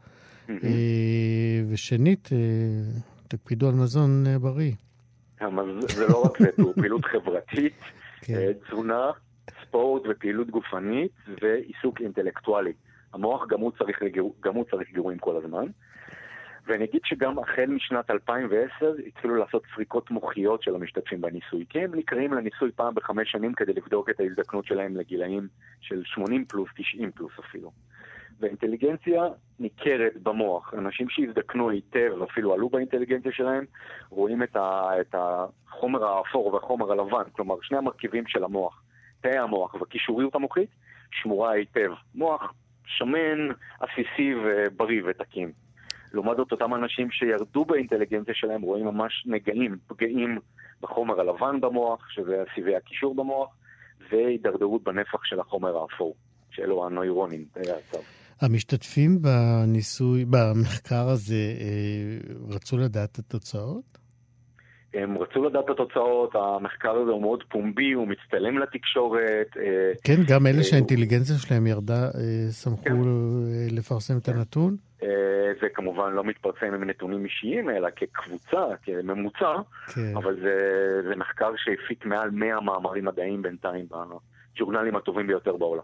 ושנית, תקפידו על מזון בריא. זה לא רק זה, הוא פעילות חברתית, תזונה, ספורט ופעילות גופנית ועיסוק אינטלקטואלי. המוח גם הוא צריך, גם הוא צריך גירויים כל הזמן. ואני אגיד שגם החל משנת אלפיים ועשר התחילו לעשות סריקות מוחיות של המשתתפים בניסוי. כי הם נקראים לניסוי פעם בחמש שנים כדי לבדוק את ההזדקנות שלהם לגילאים של שמונים פלוס, תשעים פלוס אפילו. והאינטליגנציה ניכרת במוח. אנשים שהזדקנו היטב, אפילו עלו באינטליגנציה שלהם, רואים את, ה, את החומר האפור והחומר הלבן, כלומר שני המרכיבים של המוח, תאי המוח וקישוריות המוחית, שמורה היטב. מוח שמן, עסיסי ובריא ותקים. לעומת זאת, אותם אנשים שירדו באינטליגנציה שלהם רואים ממש נגעים, פגעים בחומר הלבן במוח, שזה סיבי הקישור במוח, והידרדרות בנפח של החומר האפור, שאלו הנוירונים, תאי העצב. המשתתפים בניסוי, במחקר הזה, רצו לדעת את התוצאות? הם רצו לדעת את התוצאות, המחקר הזה הוא מאוד פומבי, הוא מצטלם לתקשורת. כן, גם אלה שהאינטליגנציה שלהם ירדה, שמחו לפרסם את הנתון? זה כמובן לא מתפרסם עם נתונים אישיים, אלא כקבוצה, כממוצע, כן. אבל זה, זה מחקר שהפיק מעל מאה מאמרים מדעיים בינתיים בג'ורנלים הטובים ביותר בעולם.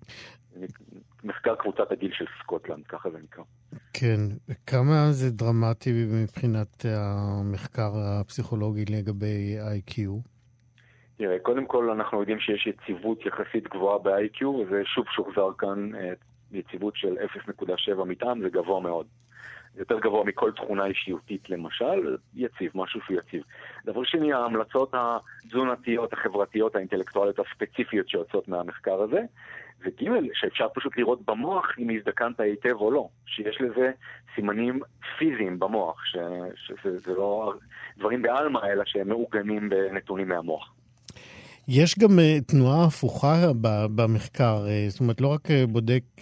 מחקר קבוצת הגיל של סקוטלנד, ככה זה נקרא. כן, כמה זה דרמטי מבחינת המחקר הפסיכולוגי לגבי איי קיו? תראה, קודם כל אנחנו יודעים שיש יציבות יחסית גבוהה ב-איי קיו, וזה שוב שוחזר כאן יציבות של אפס נקודה שבע מטעם, זה גבוה מאוד. יותר גבוה מכל תכונה אישיותית למשל, יציב, משהו שהוא יציב. דבר שני, ההמלצות התזונתיות, החברתיות, האינטלקטואליות הספציפיות שיוצאות מהמחקר הזה, זה ג' שאפשר פשוט לראות במוח אם הזדקנת היטב או לא, שיש לזה סימנים פיזיים במוח, ש, שזה זה לא דברים בעלמא, אלא שהם מעוגנים בנתונים מהמוח. יש גם uh, תנועה הפוכה במחקר, uh, זאת אומרת לא רק uh, בודק uh, uh,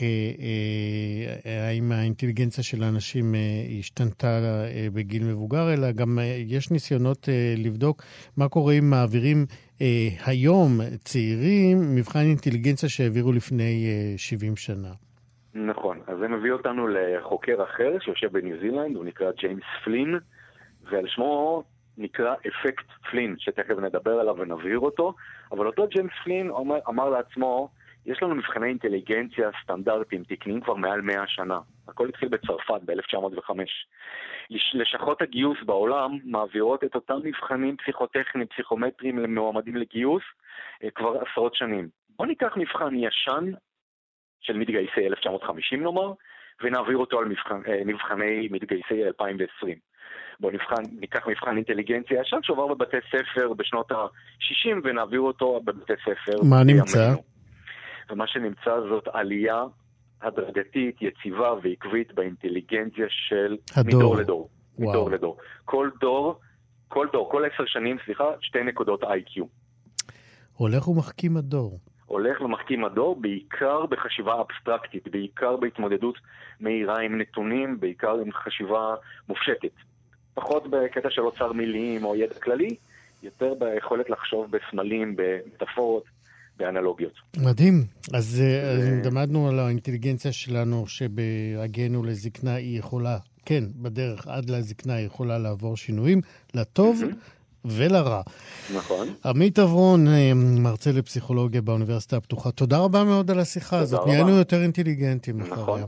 האם האינטליגנציה של האנשים uh, השתנתה uh, בגיל מבוגר, אלא גם uh, יש ניסיונות uh, לבדוק מה קורה אם מעבירים uh, היום צעירים מבחן אינטליגנציה שהעבירו לפני uh, שבעים שנה. נכון, אז זה מביא אותנו לחוקר אחר שיושב בניו זילנד, הוא נקרא ג'יימס פלין, ועל שמו נקרא אפקט פלין, שתכף נדבר עליו ונבהיר אותו, אבל אותו ג'יימס פלין אמר, אמר לעצמו, יש לנו מבחני אינטליגנציה סטנדרטיים, תקניים כבר מעל מאה שנה. הכל התחיל בצרפת ב-אלף תשע מאות וחמש. לשכות הגיוס בעולם מעבירות את אותם מבחנים פסיכוטכניים, פסיכומטריים למועמדים לגיוס כבר עשרות שנים. בוא ניקח מבחן ישן של מתגייסי אלף תשע מאות וחמישים נאמר, ונעביר אותו על מבחן, מבחני מתגייסי אלפיים ועשרים. בואו נבחן, ניקח מבחן אינטליגנציה ישן שעובר בבתי ספר בשנות ה-שישים ונעביר אותו בבתי ספר. מה נמצא? ומה שנמצא זאת עלייה הדרגתית, יציבה ועקבית באינטליגנציה של הדור. מדור לדור. וואו. מדור לדור. כל דור, כל דור, כל עשר שנים, סליחה, שתי נקודות איי קיו. הולך ומחכים הדור. הולך ומחכים הדור, בעיקר בחשיבה אבסטרקטית, בעיקר בהתמודדות מהירה עם נתונים, בעיקר עם חשיבה מופשטת. פחות בקטע של אוצר מילים או ידע כללי, יותר ביכולת לחשוב בסמלים, במטאפורות, באנלוגיות. מדהים. אז ו... למדנו על האינטליגנציה שלנו, שבהגענו לזקנה היא יכולה, כן, בדרך עד לזקנה היא יכולה לעבור שינויים, לטוב ולרע. נכון. עמית אברון, מרצה לפסיכולוגיה באוניברסיטה הפתוחה, תודה רבה מאוד על השיחה הזאת. נהיינו יותר אינטליגנטים. נכון.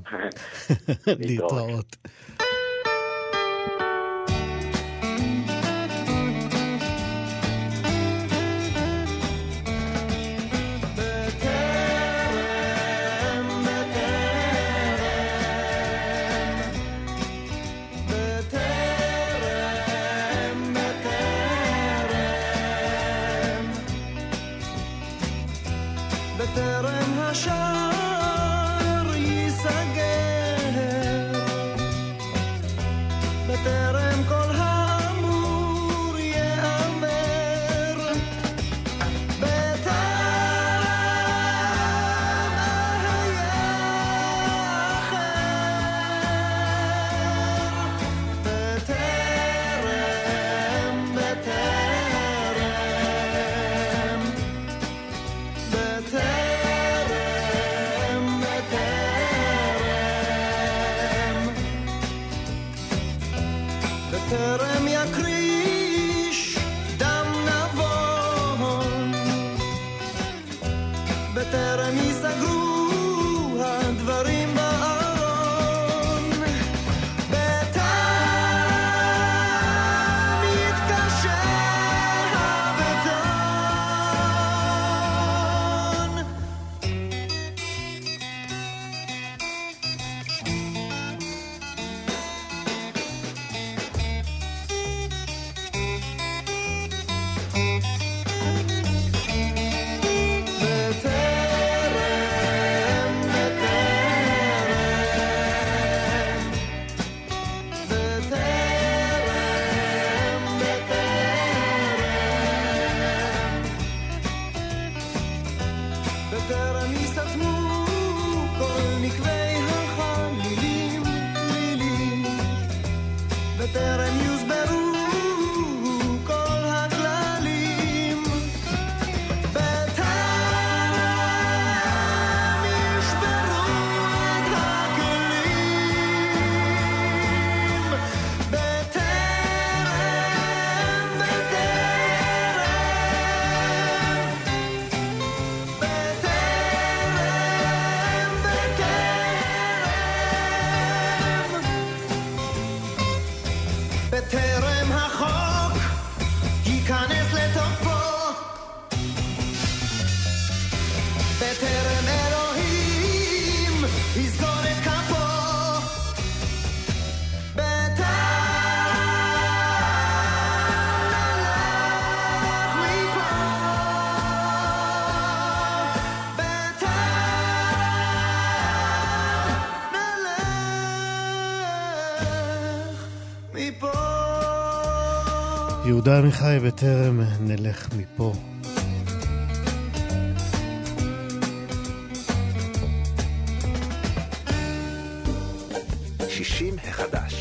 להתראות. יהודה עמיחי, בטרם נלך מפה. שישים החדש.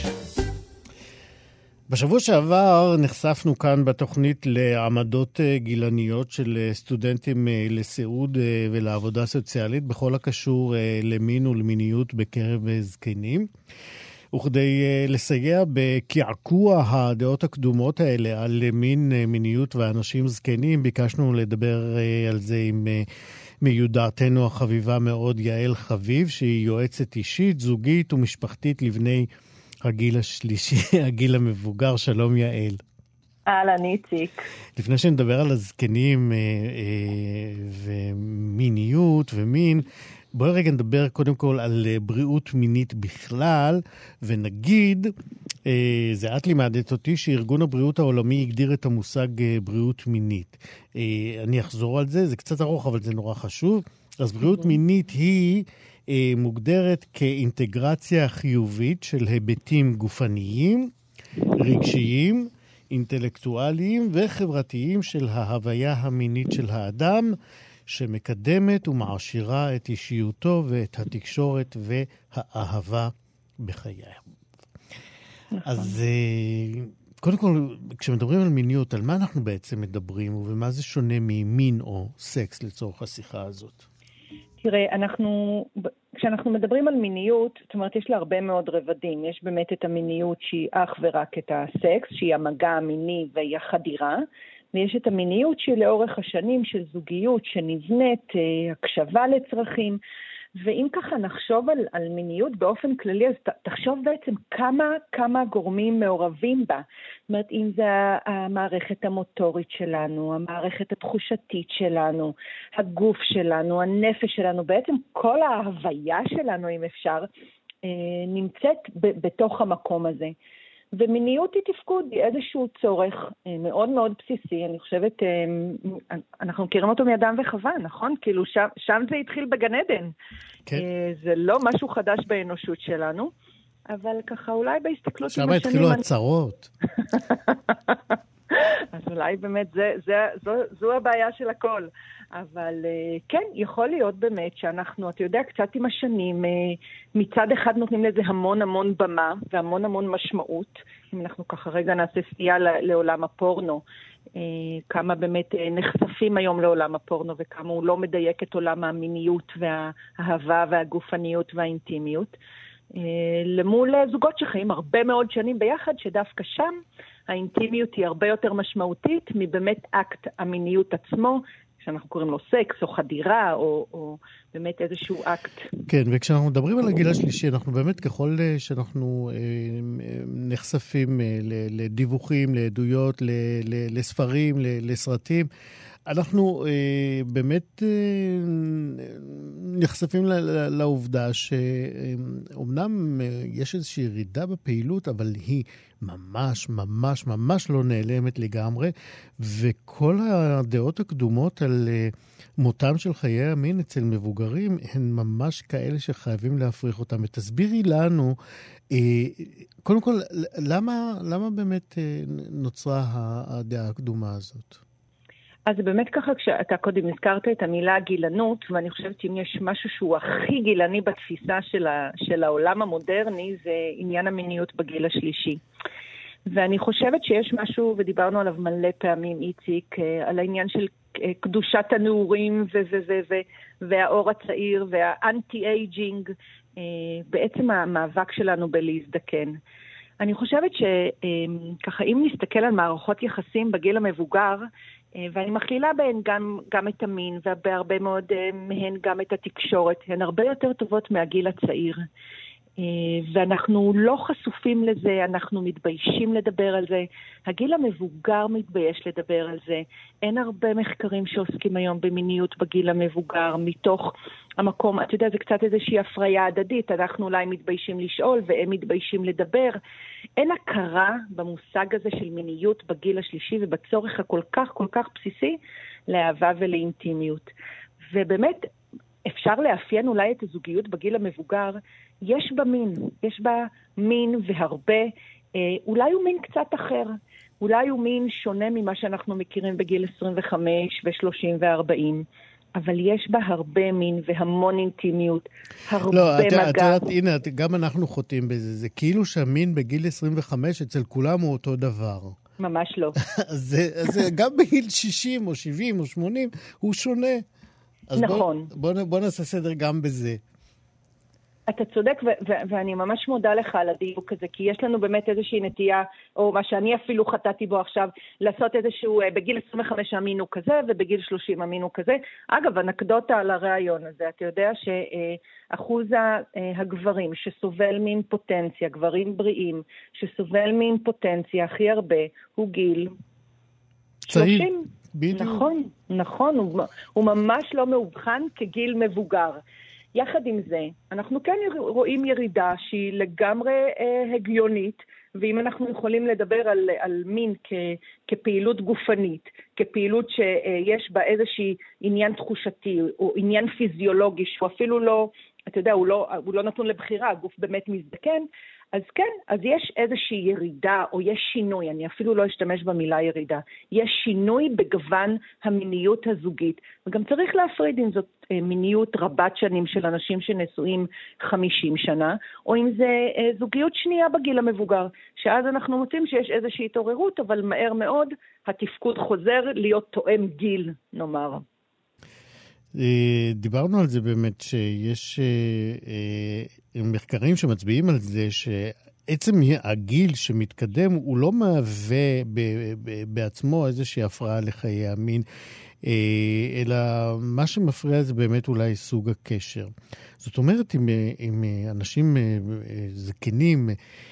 בשבוע שעבר נחשפנו כאן בתוכנית לעמדות גילניות של סטודנטים לסיעוד ולעבודה סוציאלית בכל הקשור למין ולמיניות בקרב זקנים. וכדי לסייע בקעקוע הדעות הקדומות האלה על מין, מיניות ואנשים זקנים, ביקשנו לדבר על זה עם מיודעתנו החביבה מאוד יעל חביב, שהיא יועצת אישית, זוגית ומשפחתית לבני הגיל השלישי, הגיל המבוגר. שלום יעל. אהלן איציק. לפני שנדבר על הזקנים אה, אה, ומיניות ומין, בואי רגע נדבר קודם כל על בריאות מינית בכלל, ונגיד, אה, זה את לימדת אותי שארגון הבריאות העולמי הגדיר את המושג אה, בריאות מינית. אה, אני אחזור על זה, זה קצת ארוך אבל זה נורא חשוב. אז בריאות מינית היא אה, מוגדרת כאינטגרציה חיובית של היבטים גופניים, רגשיים, אינטלקטואליים וחברתיים של ההוויה המינית של האדם, שמקדמת ומעשירה את אישיותו ואת התקשורת והאהבה בחייה. אז קודם כל, כשמדברים על מיניות, על מה אנחנו בעצם מדברים, ומה זה שונה ממין או סקס לצורך השיחה הזאת? תראה, אנחנו, כשאנחנו מדברים על מיניות, זאת אומרת, יש לה הרבה מאוד רבדים. יש באמת את המיניות שהיא אך ורק את הסקס, שהיא המגע המיני והיא החדירה, ויש את המיניות שהיא לאורך השנים של זוגיות שנבנית, הקשבה לצרכים, ואם ככה נחשוב על, על מיניות באופן כללי, אז ת, תחשוב בעצם כמה, כמה גורמים מעורבים בה. זאת אומרת, אם זה המערכת המוטורית שלנו, המערכת התחושתית שלנו, הגוף שלנו, הנפש שלנו, בעצם כל ההוויה שלנו, אם אפשר, נמצאת ב, בתוך המקום הזה. ומיניות היא תפקוד, היא איזשהו צורך מאוד מאוד בסיסי. אני חושבת, אנחנו מכירים אותו מאדם וחווה, נכון? כאילו שם, שם זה התחיל בגן עדן. כן. זה לא משהו חדש באנושות שלנו, אבל ככה אולי בהסתכלות... שם התחילו הצרות. אז אולי באמת זה, זה, זו, זו הבעיה של הכל. אבל כן, יכול להיות באמת שאנחנו, אתה יודע, קצת עם השנים, מצד אחד נותנים לזה המון המון במה והמון המון משמעות. אם אנחנו ככה רגע נעשה סטייה לעולם הפורנו, כמה באמת נחשפים היום לעולם הפורנו וכמה הוא לא מדייק את עולם המיניות והאהבה והגופניות והאינטימיות. למול זוגות שחיים הרבה מאוד שנים ביחד, שדווקא שם האינטימיות היא הרבה יותר משמעותית מבאמת אקט המיניות עצמו, שאנחנו קוראים לו סקס או חדירה או, או באמת איזשהו אקט. כן, וכשאנחנו מדברים על הגיל השלישי, אנחנו באמת ככל שאנחנו נחשפים לדיווחים, לעדויות, לספרים, לסרטים, אנחנו אה, באמת אה, נחשפים ל- לעובדה שאומנם אה, יש איזושהי ירידה בפעילות, אבל היא ממש ממש ממש לא נעלמת לגמרי, וכל הדעות הקדומות על אה, מותם של חיי המין אצל מבוגרים הן ממש כאלה שחייבים להפריך אותם. ותסבירי לנו, אה, קודם כל, למה, למה באמת אה, נוצרה הדעה הקדומה הזאת? אז זה באמת ככה, כשאתה קודם הזכרת את המילה גילנות, ואני חושבת שאם יש משהו שהוא הכי גילני בתפיסה של, ה, של העולם המודרני, זה עניין המיניות בגיל השלישי. ואני חושבת שיש משהו, ודיברנו עליו מלא פעמים, איציק, על העניין של קדושת הנעורים ו- ו- ו- ו- והאור הצעיר והאנטי-אייג'ינג, בעצם המאבק שלנו בלהזדקן. אני חושבת שככה, אם נסתכל על מערכות יחסים בגיל המבוגר, ואני מכלילה בהן גם, גם את המין, ובהרבה מאוד מהן גם את התקשורת, הן הרבה יותר טובות מהגיל הצעיר. ואנחנו לא חשופים לזה, אנחנו מתביישים לדבר על זה. הגיל המבוגר מתבייש לדבר על זה. אין הרבה מחקרים שעוסקים היום במיניות בגיל המבוגר, מתוך המקום, אתה יודע, זה קצת איזושהי הפריה הדדית, אנחנו אולי מתביישים לשאול והם מתביישים לדבר. אין הכרה במושג הזה של מיניות בגיל השלישי ובצורך הכל כך כל כך בסיסי לאהבה ולאינטימיות. ובאמת, אפשר לאפיין אולי את הזוגיות בגיל המבוגר, יש בה מין, יש בה מין והרבה, אה, אולי הוא מין קצת אחר. אולי הוא מין שונה ממה שאנחנו מכירים בגיל עשרים וחמש ו-שלושים ו-ארבעים, אבל יש בה הרבה מין והמון אינטימיות, הרבה לא, את, מגע. את יודעת, הנה, גם אנחנו חוטאים בזה. זה כאילו שהמין בגיל עשרים וחמש אצל כולם הוא אותו דבר. ממש לא. זה, זה גם בגיל שישים או שבעים או שמונים הוא שונה. אז נכון. בוא, בוא, בוא נעשה סדר גם בזה. אתה צודק, ו- ו- ואני ממש מודה לך על הדיוק הזה, כי יש לנו באמת איזושהי נטייה, או מה שאני אפילו חטאתי בו עכשיו, לעשות איזשהו, בגיל עשרים וחמש המין הוא כזה, ובגיל שלושים המין הוא כזה. אגב, אנקדוטה על הרעיון הזה, אתה יודע שאחוז הגברים שסובל מאימפוטנציה, גברים בריאים, שסובל מאימפוטנציה הכי הרבה, הוא גיל שלושים. בדיוק. נכון, נכון, הוא, הוא ממש לא מאובחן כגיל מבוגר. יחד עם זה, אנחנו כן רואים ירידה שהיא לגמרי אה, הגיונית, ואם אנחנו יכולים לדבר על, על מין כ, כפעילות גופנית, כפעילות שיש בה איזושהי עניין תחושתי, או עניין פיזיולוגי, שהוא אפילו לא, אתה יודע, הוא לא, הוא לא נתון לבחירה, הגוף באמת מזדקן, אז כן, אז יש איזושהי ירידה, או יש שינוי, אני אפילו לא אשתמש במילה ירידה, יש שינוי בגוון המיניות הזוגית, וגם צריך להפריד אם זאת מיניות רבת שנים של אנשים שנשואים חמישים שנה, או אם זה זוגיות שנייה בגיל המבוגר, שאז אנחנו מוצאים שיש איזושהי התעוררות, אבל מהר מאוד התפקוד חוזר להיות תואם גיל, נאמר. דיברנו על זה באמת שיש מחקרים שמצביעים על זה שעצם הגיל שמתקדם הוא לא מהווה בעצמו איזושהי הפרעה לחיי המין, אלא מה שמפריע זה באמת אולי סוג הקשר. זאת אומרת, אם, אם אנשים זקנים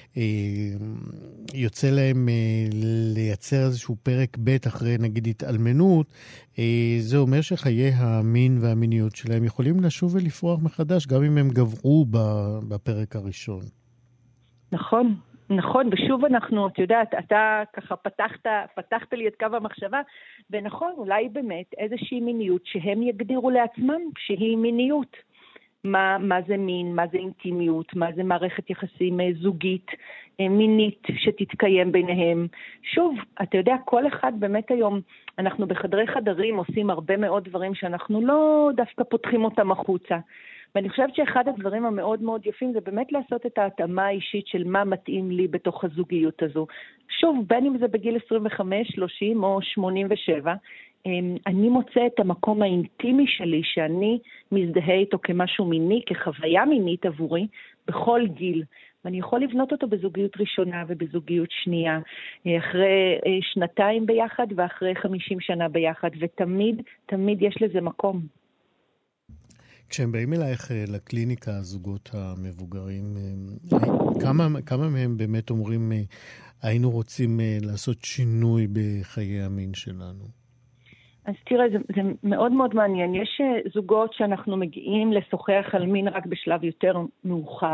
יוצא להם לייצר איזשהו פרק ב' אחרי נגיד התאלמנות, זה אומר שחיי המין והמיניות שלהם יכולים לשוב ולפרוח מחדש, גם אם הם גברו בפרק הראשון. נכון. נכון, ושוב אנחנו, את יודעת, אתה ככה פתחת, פתחת לי את קו המחשבה, ונכון, אולי באמת איזושהי מיניות שהם יגדירו לעצמם שהיא מיניות. מה, מה זה מין, מה זה אינטימיות, מה זה מערכת יחסים זוגית, מינית שתתקיים ביניהם. שוב, אתה יודע, כל אחד באמת היום, אנחנו בחדרי חדרים עושים הרבה מאוד דברים שאנחנו לא דווקא פותחים אותם החוצה. ואני חושבת שאחד הדברים המאוד מאוד יפים זה באמת לעשות את ההתאמה האישית של מה מתאים לי בתוך הזוגיות הזו. שוב, בין אם זה בגיל עשרים וחמש, שלושים או שמונים ושבע, אני מוצא את המקום האינטימי שלי שאני מזדהה איתו כמשהו מיני, כחוויה מינית עבורי, בכל גיל. ואני יכול לבנות אותו בזוגיות ראשונה ובזוגיות שנייה, אחרי שנתיים ביחד ואחרי חמישים שנה ביחד, ותמיד, תמיד יש לזה מקום. כשהם באים אלייך לקליניקה, הזוגות המבוגרים, כמה, כמה מהם באמת אומרים, היינו רוצים לעשות שינוי בחיי המין שלנו? אז תראה, זה, זה מאוד מאוד מעניין. יש זוגות שאנחנו מגיעים לשוחח על מין רק בשלב יותר מאוחר,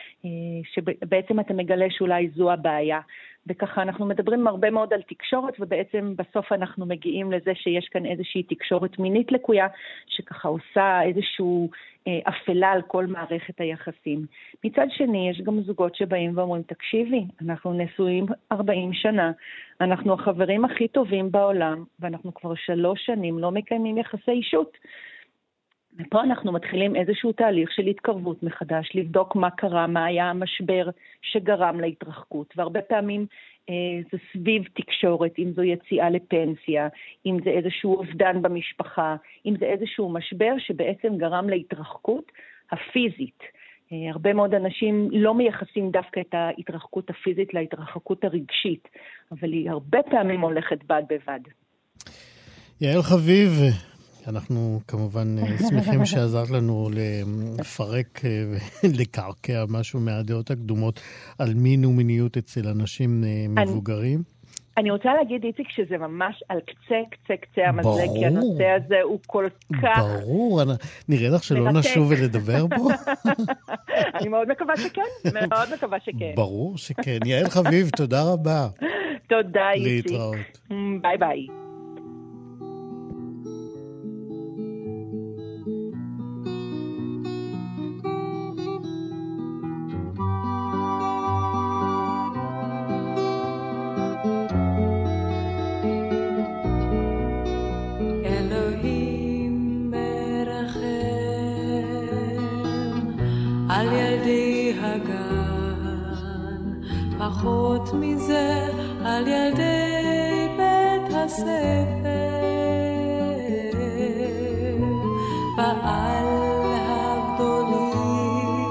שבעצם אתה מגלה שאולי זו הבעיה. וככה אנחנו מדברים הרבה מאוד על תקשורת, ובעצם בסוף אנחנו מגיעים לזה שיש כאן איזושהי תקשורת מינית לקויה, שככה עושה איזשהו אה, אפלה על כל מערכת היחסים. מצד שני, יש גם זוגות שבאים ואומרים, תקשיבי, אנחנו נשואים ארבעים שנה, אנחנו החברים הכי טובים בעולם, ואנחנו כבר שלוש שנים לא מקיימים יחסי אישות. ופה אנחנו מתחילים איזשהו תהליך של התקרבות מחדש, לבדוק מה קרה, מה היה המשבר שגרם להתרחקות. והרבה פעמים אה, זה סביב תקשורת, אם זו יציאה לפנסיה, אם זה איזשהו אובדן במשפחה, אם זה איזשהו משבר שבעצם גרם להתרחקות הפיזית. אה, הרבה מאוד אנשים לא מייחסים דווקא את ההתרחקות הפיזית להתרחקות הרגשית, אבל היא הרבה פעמים הולכת בד בבד. יעל חביב, אנחנו כמובן שמחים שעזרת לנו לפרק ולקעקע משהו מהדעות הקדומות על מין ומיניות אצל אנשים מבוגרים. אני רוצה להגיד, איציק, שזה ממש על קצה, קצה, קצה המזלג, כי הנושא הזה הוא כל כך... ברור, נראה לך שלא נשוב ולדבר בו? אני מאוד מקווה שכן, מאוד מקווה שכן. ברור שכן. יעל חביב, תודה רבה. תודה, איציק. להתראות. ביי ביי. על ילדי הגן, פחות מזה על ילדי בית הספר, ועל הגדולים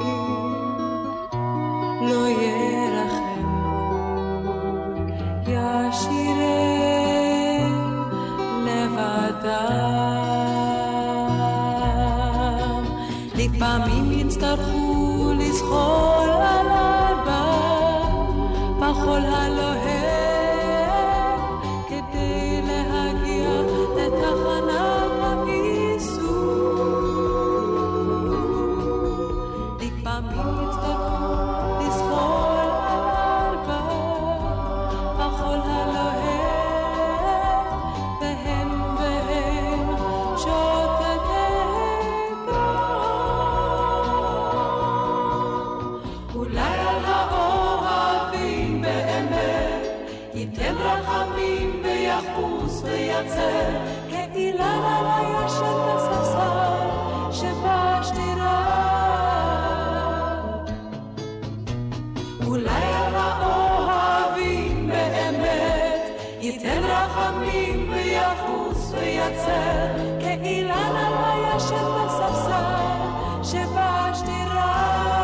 לא ירחם עוד, ישירם לבדם. לפעמים יצטרכו לזחול על ארבע בחול הלוהט כדי להגיע לתחנת הפיסור. לפעמים יצטרכו לזחול על ארבע בחול הלוהט והם והם שוטטי דם. אולי על האוהבים באמת ייתן רחמים ויחוס ויצר כאילן על הישן בספסל שבשתירה. אולי על האוהבים באמת ייתן רחמים ויחוס ויצר כאילן על הישן בספסל שבשתירה.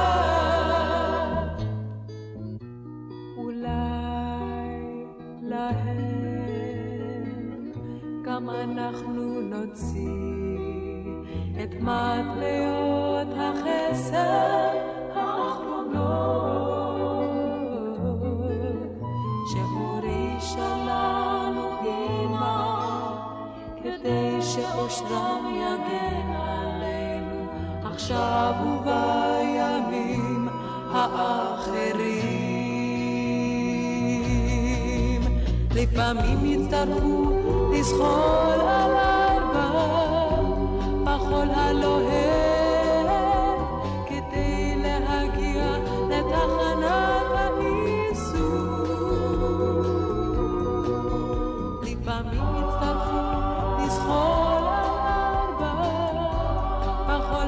גם אנחנו נוציא את מטבעות החסד האחרונות שהורישה לנו אמא, כדי שאושרם יגן עלינו עכשיו ובימים האחרים. לפעמים יצטרכו לזחול על ארבע בחול הלוהט כדי להגיע לתחנת הפיסור. לפעמים יצטרכו לזחול על ארבע בחול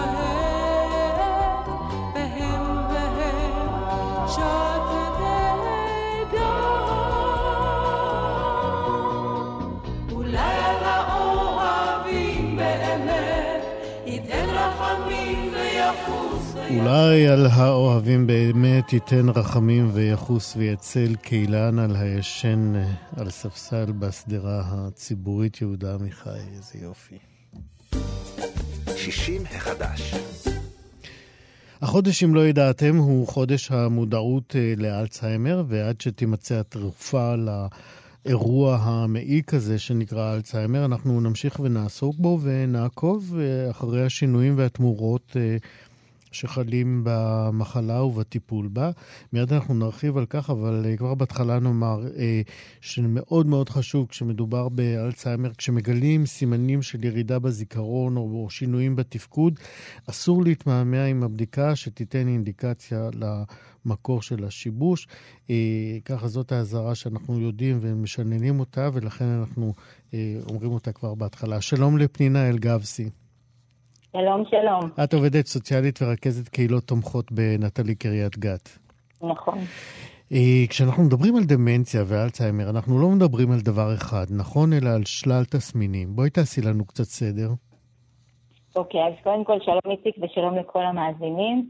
הלוהט והם והם שוטטי דם. אולי על האוהבים באמת ייתן רחמים ויחוס ויצל כאילן על הישן על ספסל בסדרה הציבורית יהודה עמיחי. איזה יופי. שישים החדש. החודש, אם לא ידעתם, הוא חודש המודעות לאלצהיימר, ועד שתימצא התרופה לאירוע המעיק הזה שנקרא אלצהיימר, אנחנו נמשיך ונעסוק בו ונעקוב אחרי השינויים והתמורות שחלים במחלה ובטיפול בה. מיד אנחנו נרחיב על כך, אבל כבר בהתחלה נאמר שמאוד מאוד חשוב כשמדובר באלצהיימר, כשמגלים סימנים של ירידה בזיכרון או שינויים בתפקוד, אסור להתמהמה עם הבדיקה שתיתן אינדיקציה למקור של השיבוש. ככה זאת ההזרה שאנחנו יודעים ומשננים אותה, ולכן אנחנו אומרים אותה כבר בהתחלה. שלום לפנינה אלגבסי. שלום, שלום. את עובדת סוציאלית ורכזת קהילות תומכות בנטלי קריית גת. נכון. כשאנחנו מדברים על דמנציה ואלצהיימר, אנחנו לא מדברים על דבר אחד, נכון? אלא על שלל תסמינים. בואי תעשי לנו קצת סדר. אוקיי, אז קודם כל שלום איציק ושלום לכל המאזינים.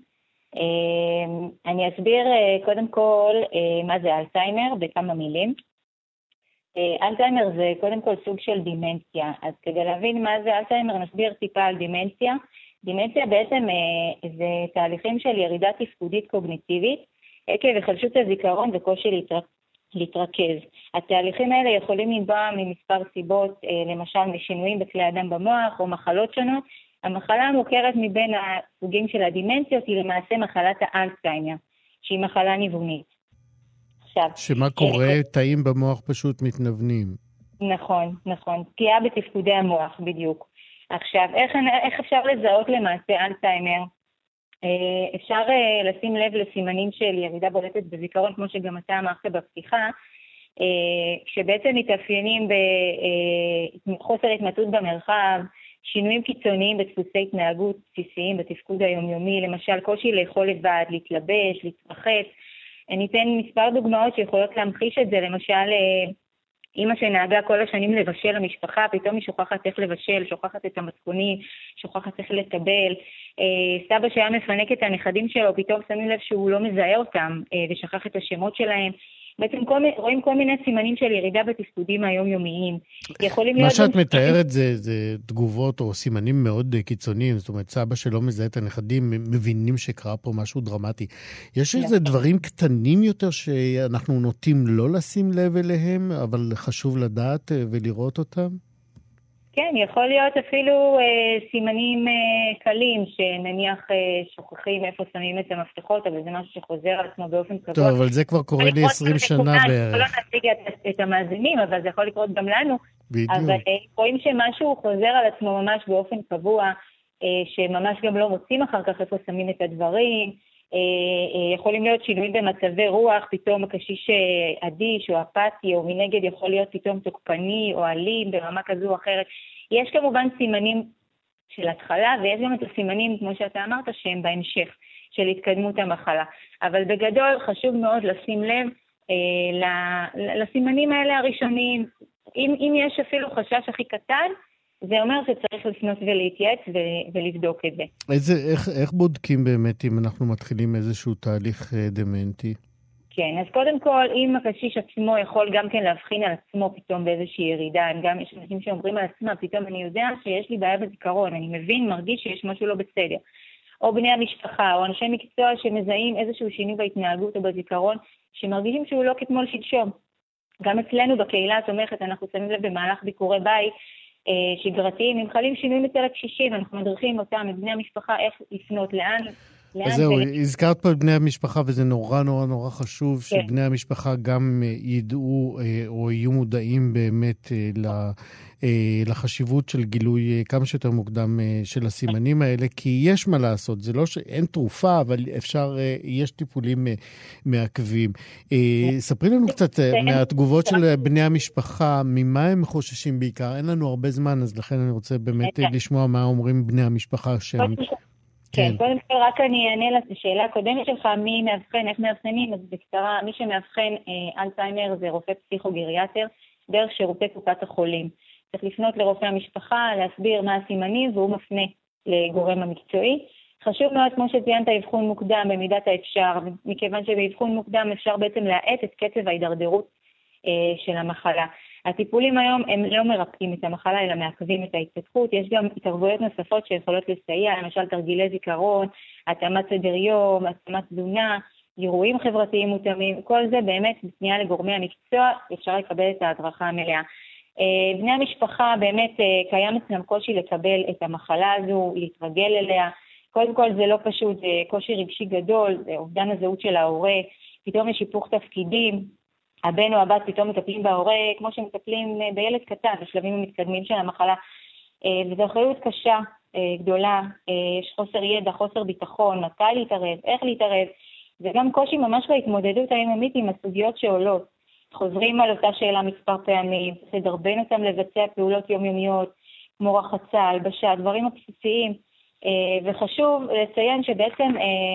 אני אסביר קודם כל מה זה אלצהיימר בכמה מילים. אלצהיימר זה קודם כל סוג של דימנציה, אז כדי להבין מה זה אלצהיימר נסביר טיפה על דימנציה. דימנציה בעצם זה תהליכים של ירידה תפקודית קוגניטיבית, עקב החלשות הזיכרון וקושי להתרכ... להתרכז. התהליכים האלה יכולים לנבוע ממספר סיבות, למשל משינויים בכלי הדם במוח או מחלות שונות. המחלה המוכרת מבין הסוגים של הדימנציות היא למעשה מחלת האלצהיימר, שהיא מחלה ניוונית. שמה קורה? תאים במוח פשוט מתנוונים. נכון, נכון. פגיעה בתפקודי המוח, בדיוק. עכשיו, איך, איך אפשר לזהות למעשה אלצהיימר? אפשר לשים לב לסימנים של ירידה בולטת בזיכרון, כמו שגם אתה אמרת בפתיחה, שבעצם מתאפיינים בחוסר התמתנות במרחב, שינויים קיצוניים בדפוסי התנהגות בסיסיים בתפקוד היומיומי, למשל קושי לאכול לבד, להתלבש, להתרחץ. אני אתן מספר דוגמאות שיכולות להמחיש את זה, למשל אמא שנהגה כל השנים לבשל למשפחה, פתאום היא שוכחת איך לבשל, שוכחת את המתכונים, שוכחת איך לטבל. סבא שהיה מפנק את הנכדים שלו, פתאום שמים לב שהוא לא מזהה אותם ושכח את השמות שלהם. בעצם כל, רואים כל מיני סימנים של ירידה בתפקודים היומיומיים. מה שאת מתארת זה, זה תגובות או סימנים מאוד קיצוניים, זאת אומרת, סבא שלא מזהה את הנכדים, מבינים שקרה פה משהו דרמטי. יש איזה דברים קטנים יותר שאנחנו נוטים לא לשים לב אליהם, אבל חשוב לדעת ולראות אותם? כן, יכול להיות אפילו אה, סימנים אה, קלים, שנניח אה, שוכחים איפה שמים את המפתחות, אבל זה משהו שחוזר על עצמו באופן קבוע. טוב, אבל זה כבר קורה לי עשרים שנה בערך. אני לא נציג את, את המאזינים, אבל זה יכול לקרות גם לנו. בדיוק. אבל אה, רואים שמשהו חוזר על עצמו ממש באופן קבוע, אה, שממש גם לא מוצאים אחר כך איפה שמים את הדברים. אה, אה, יכולים להיות שינויים במצבי רוח, פתאום הקשיש אדיש או אפתי, או מנגד יכול להיות פתאום תוקפני או אלים ברמה כזו או אחרת. יש כמובן סימנים של התחלה, ויש גם את הסימנים, כמו שאתה אמרת, שהם בהמשך, של התקדמות המחלה. אבל בגדול חשוב מאוד לשים לב אה, לסימנים האלה הראשוניים. אם, אם יש אפילו חשש הכי קטן, זה אומר שצריך לפנות ולהתייעץ ו- ולבדוק את זה. איזה, איך, איך בודקים באמת אם אנחנו מתחילים איזשהו תהליך אה, דמנטי? כן, אז קודם כל, אם הקשיש עצמו יכול גם כן להבחין על עצמו פתאום באיזושהי ירידה, גם יש אנשים שאומרים על עצמם, פתאום אני יודע שיש לי בעיה בזיכרון, אני מבין, מרגיש שיש משהו לא בסדר. או בני המשפחה, או אנשי מקצוע שמזהים איזשהו שינוי בהתנהגות או בזיכרון, שמרגישים שהוא לא כתמול שלשום. גם אצלנו בקהילה התומכת, אנחנו שמים לב במהלך ביקורי בית, אה, שגרתיים, אם חלים שינויים אצל הקשישים, אנחנו מדריכים אותם, את בני המשפחה, איך לפנות, לאן... אז זהו, הזכרת פה את בני המשפחה, וזה נורא נורא נורא חשוב שבני המשפחה גם ידעו או יהיו מודעים באמת לחשיבות של גילוי כמה שיותר מוקדם של הסימנים האלה, כי יש מה לעשות, זה לא שאין תרופה, אבל אפשר, יש טיפולים מעכבים. ספרי לנו קצת מהתגובות של בני המשפחה, ממה הם חוששים בעיקר, אין לנו הרבה זמן, אז לכן אני רוצה באמת לשמוע מה אומרים בני המשפחה שהם... כן, קודם כל רק אני אענה לשאלה הקודמת שלך, מי מאבחן, איך מאבחנים, אז בקצרה, מי שמאבחן אה, אלצהיימר זה רופא פסיכוגריאטר, דרך שירותי קופת החולים. צריך לפנות לרופא המשפחה, להסביר מה הסימנים, והוא מפנה לגורם המקצועי. חשוב מאוד, כמו שציינת, אבחון מוקדם במידת האפשר, מכיוון שבאבחון מוקדם אפשר בעצם להאט את קצב ההידרדרות אה, של המחלה. הטיפולים היום הם לא מרפאים את המחלה, אלא מעכבים את ההתפתחות. יש גם התערבויות נוספות שיכולות לסייע, למשל תרגילי זיכרון, התאמת סדר יום, התאמת תזונה, אירועים חברתיים מותאמים, כל זה באמת בפנייה לגורמי המקצוע, אפשר לקבל את ההדרכה המלאה. בני המשפחה באמת קיים אצלם קושי לקבל את המחלה הזו, להתרגל אליה. קודם כל זה לא פשוט, זה קושי רגשי גדול, זה אובדן הזהות של ההורה, פתאום יש היפוך תפקידים, הבן או הבת פתאום מטפלים בהורה, כמו שמטפלים בילד קטן, בשלבים המתקדמים של המחלה. וזו אחריות קשה, גדולה, יש חוסר ידע, חוסר ביטחון, מתי להתערב, איך להתערב, וגם קושי ממש בהתמודדות היומיומית עם הסוגיות שעולות. חוזרים על אותה שאלה מספר פעמים, לדרבן אותם לבצע פעולות יומיומיות, כמו רחצה, הלבשה, דברים הבסיסיים. וחשוב לציין שבעצם...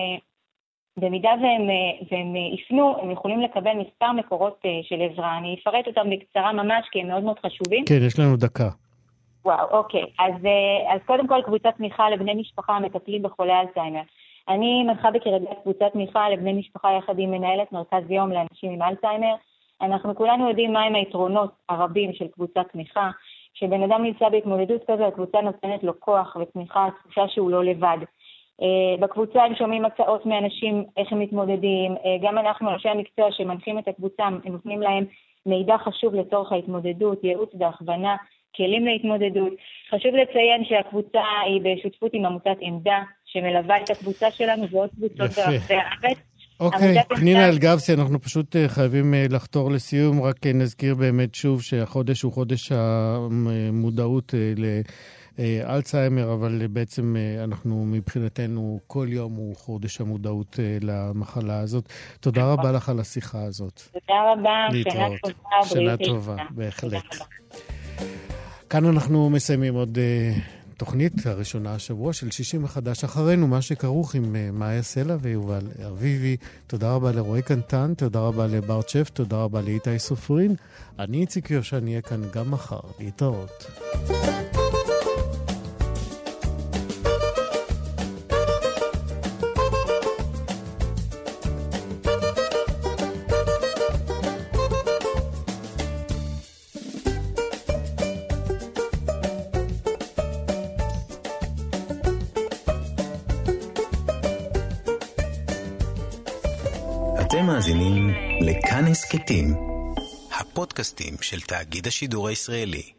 במידה והם, והם יפנו, הם יכולים לקבל מספר מקורות של עזרה. אני אפרט אותם בקצרה ממש, כי הם מאוד מאוד חשובים. כן, יש לנו דקה. וואו, אוקיי. אז, אז קודם כל, קבוצת תמיכה לבני משפחה המטפלים בחולי אלצהיימר. אני מנחה בקרבת קבוצת תמיכה לבני משפחה יחד עם מנהלת מרכז יום לאנשים עם אלצהיימר. אנחנו כולנו יודעים מהם היתרונות הרבים של קבוצת תמיכה. שבן אדם נמצא בהתמודדות כזו, הקבוצה נותנת לו כוח ותמיכה, תחושה שהוא לא לבד. בקבוצה הם שומעים הצעות מאנשים איך הם מתמודדים, גם אנחנו, אנשי המקצוע שמנחים את הקבוצה, הם נותנים להם מידע חשוב לצורך ההתמודדות, ייעוץ והכוונה, כלים להתמודדות. חשוב לציין שהקבוצה היא בשותפות עם עמותת עמדה, שמלווה את הקבוצה שלנו ועוד קבוצות ברחבי הארץ. אוקיי, פנינה אלגבסי, אנחנו פשוט חייבים לחתור לסיום, רק נזכיר באמת שוב שהחודש הוא חודש המודעות ל... אלצהיימר, אבל בעצם אנחנו מבחינתנו כל יום הוא חודש המודעות למחלה הזאת. תודה רבה לך על השיחה הזאת. תודה רבה, שנה טובה. שנה טובה, בהחלט. כאן אנחנו מסיימים עוד התוכנית הראשונה השבוע של שישים החדש אחרינו, מה שכרוך עם מאיה סלע ויובל אביבי. תודה רבה לרועי קנטן, תודה רבה לברט שף, תודה רבה לאיתי סופרין. אני איציק יושע, נהיה כאן גם מחר. להתראות. אתם מאזינים לכאן הסכתים, הפודקאסטים של תאגיד השידור הישראלי.